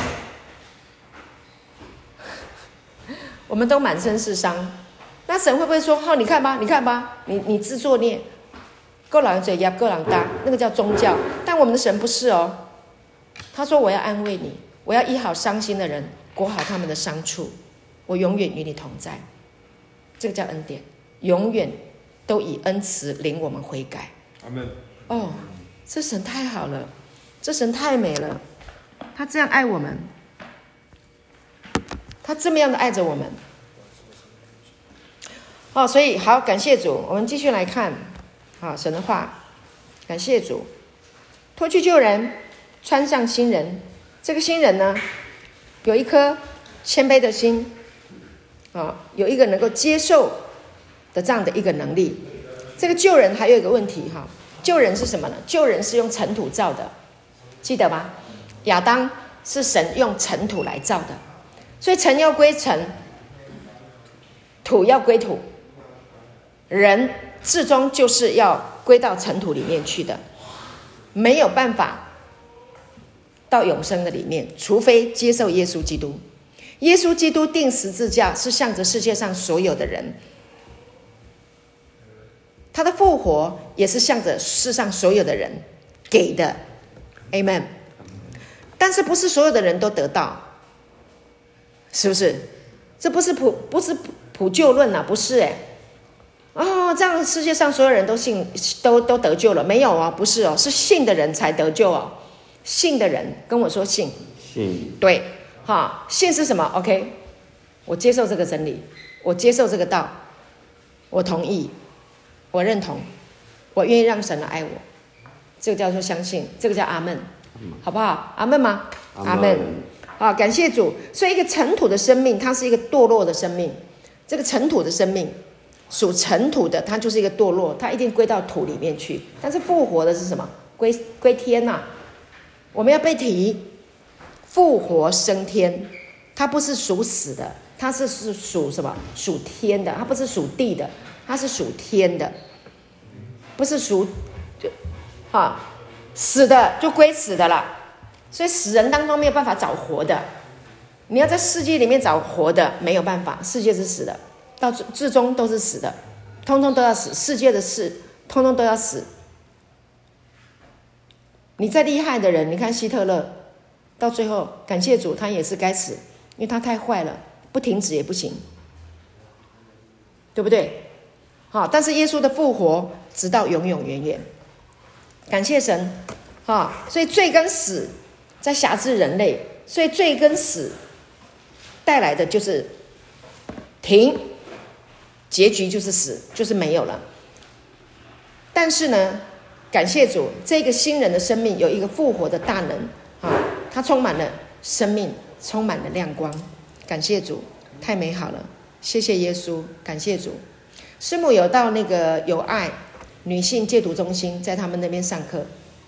我们都满身是伤，那神会不会说：哦，你看吧，你看吧，你你自作孽，够人嘴牙，够人大，那个叫宗教。但我们的神不是哦，他说：我要安慰你，我要医好伤心的人，裹好他们的伤处。我永远与你同在，这个叫恩典，永远都以恩慈领我们悔改。 阿们。 哦，这神太好了，这神太美了，他这样爱我们，他这么样的爱着我们。哦，所以好，感谢主，我们继续来看，好，神的话，感谢主，脱去旧人，穿上新人。这个新人呢，有一颗谦卑的心。哦、有一个能够接受的这样的一个能力。这个救人还有一个问题哈，救人是什么呢？救人是用尘土造的，记得吗？亚当是神用尘土来造的，所以尘要归尘，土要归土，人至终就是要归到尘土里面去的，没有办法到永生的里面，除非接受耶稣基督。耶稣基督钉十字架是向着世界上所有的人，他的复活也是向着世上所有的人给的 Amen。 但是不是所有的人都得到，是不是？这不是普不是普救论啊，不是诶。 哦，这样世界上所有人都信都都得救了？没有哦，不是哦，是信的人才得救哦。信的人跟我说信， 信对，哈，信是什么 ？OK， 我接受这个真理，我接受这个道，我同意，我认同，我愿意让神来爱我，这个叫做相信，这个叫阿们，好不好？阿们吗？阿们。啊，感谢主。所以一个尘土的生命，它是一个堕落的生命。这个尘土的生命，属尘土的，它就是一个堕落，它一定归到土里面去。但是复活的是什么？归归天呐、啊！我们要被提复活升天，它不是属死的，它是是属什么？属天的，它不是属地的，它是属天的，不是属就啊死的就归死的了。所以死人当中没有办法找活的，你要在世界里面找活的没有办法，世界是死的，到至终都是死的，通通都要死，世界的事通通都要死。你再厉害的人，你看希特勒，到最后感谢主，他也是该死，因为他太坏了，不停止也不行，对不对？好，但是耶稣的复活直到永永远远，感谢神。好，所以罪跟死在辖制人类，所以罪跟死带来的就是停，结局就是死，就是没有了。但是呢，感谢主，这个新人的生命有一个复活的大能啊，它充满了生命，充满了亮光。感谢主，太美好了，谢谢耶稣，感谢主。师母有到那个有爱女性戒毒中心，在他们那边上课。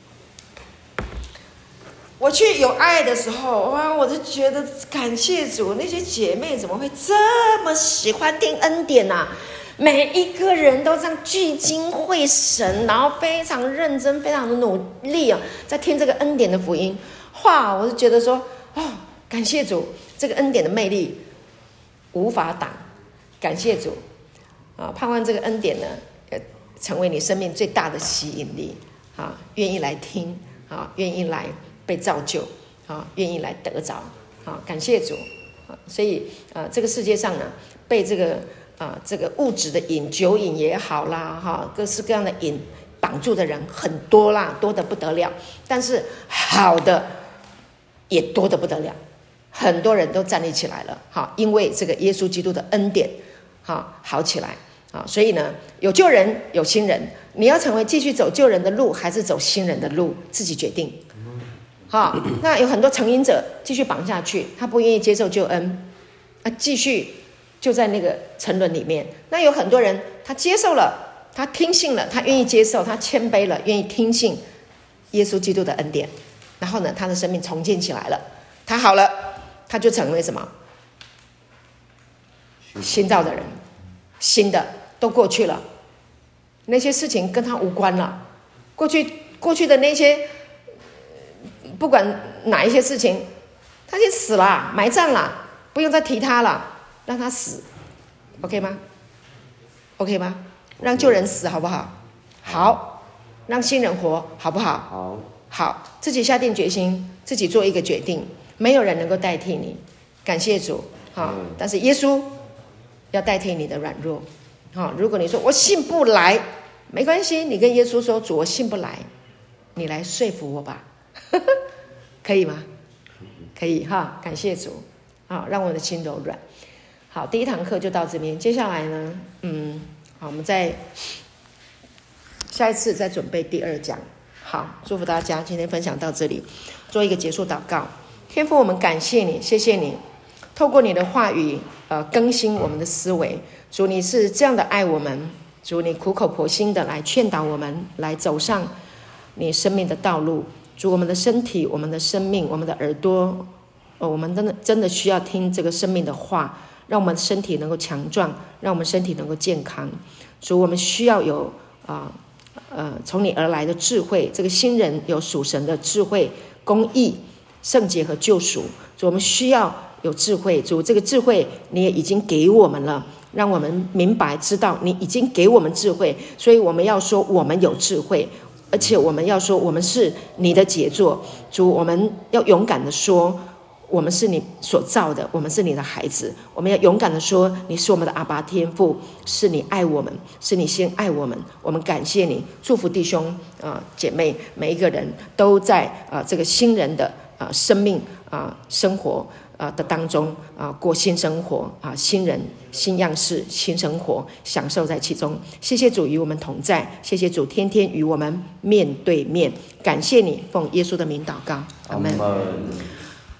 我去有爱的时候，哇，我就觉得感谢主，那些姐妹怎么会这么喜欢听恩典啊？每一个人都这样聚精会神，然后非常认真、非常的努力啊，在听这个恩典的福音。哇，我就觉得说，哦，感谢主，这个恩典的魅力无法挡。感谢主啊，盼望这个恩典呢，呃，成为你生命最大的吸引力啊，愿意来听啊，愿意来被造就啊，愿意来得着啊，感谢主啊！所以啊，这个世界上呢，被这个啊这个物质的瘾、酒瘾也好啦，哈，各式各样的瘾绑住的人很多啦，多得不得了。但是好的也多得不得了，很多人都站立起来了，哈，因为这个耶稣基督的恩典，哈，好起来啊！所以呢，有救人，有新人，你要成为继续走救人的路，还是走新人的路，自己决定。好，那有很多成瘾者继续绑下去，他不愿意接受救恩，啊，继续就在那个沉沦里面。那有很多人他接受了，他听信了，他愿意接受，他谦卑了，愿意听信耶稣基督的恩典，然后呢，他的生命重建起来了，他好了，他就成为什么？新造的人，新的都过去了，那些事情跟他无关了，过去过去的那些。不管哪一些事情，他已经死了，埋葬了，不用再提他了，让他死 ，OK 吗 ？OK 吗？让旧人死好不好？好，让新人活好不好？ 好， 好，自己下定决心，自己做一个决定，没有人能够代替你。感谢主，好，嗯、但是耶稣要代替你的软弱，好，如果你说我信不来，没关系，你跟耶稣说，主，我信不来，你来说服我吧。可以吗？可以哈，感谢主，好，让我的心柔软。好，第一堂课就到这边，接下来呢，嗯，好，我们再下一次再准备第二讲。好，祝福大家，今天分享到这里，做一个结束祷告。天父，我们感谢你，谢谢你，透过你的话语，呃，更新我们的思维。主，你是这样的爱我们，主，你苦口婆心的来劝导我们，来走上你生命的道路。主，我们的身体，我们的生命，我们的耳朵，哦，我们真的真的需要听这个生命的话，让我们身体能够强壮，让我们身体能够健康。主，我们需要有啊呃从你而来的智慧，这个新人有属神的智慧、公义、圣洁和救赎。主，我们需要有智慧。主，这个智慧你也已经给我们了，让我们明白知道你已经给我们智慧，所以我们要说我们有智慧。而且我们要说我们是你的杰作。主，我们要勇敢的说我们是你所造的，我们是你的孩子，我们要勇敢的说，你是我们的阿爸天父，是你爱我们，是你先爱我们，我们感谢你，祝福弟兄、呃、姐妹每一个人都在、呃、这个新人的、呃、生命、呃、生活、呃、的当中、呃、过新生活、呃、新人新样式新生活，享受在其中。谢谢主与我们同在，谢谢主天天与我们面对面，感谢你，奉耶稣的名祷告，阿们。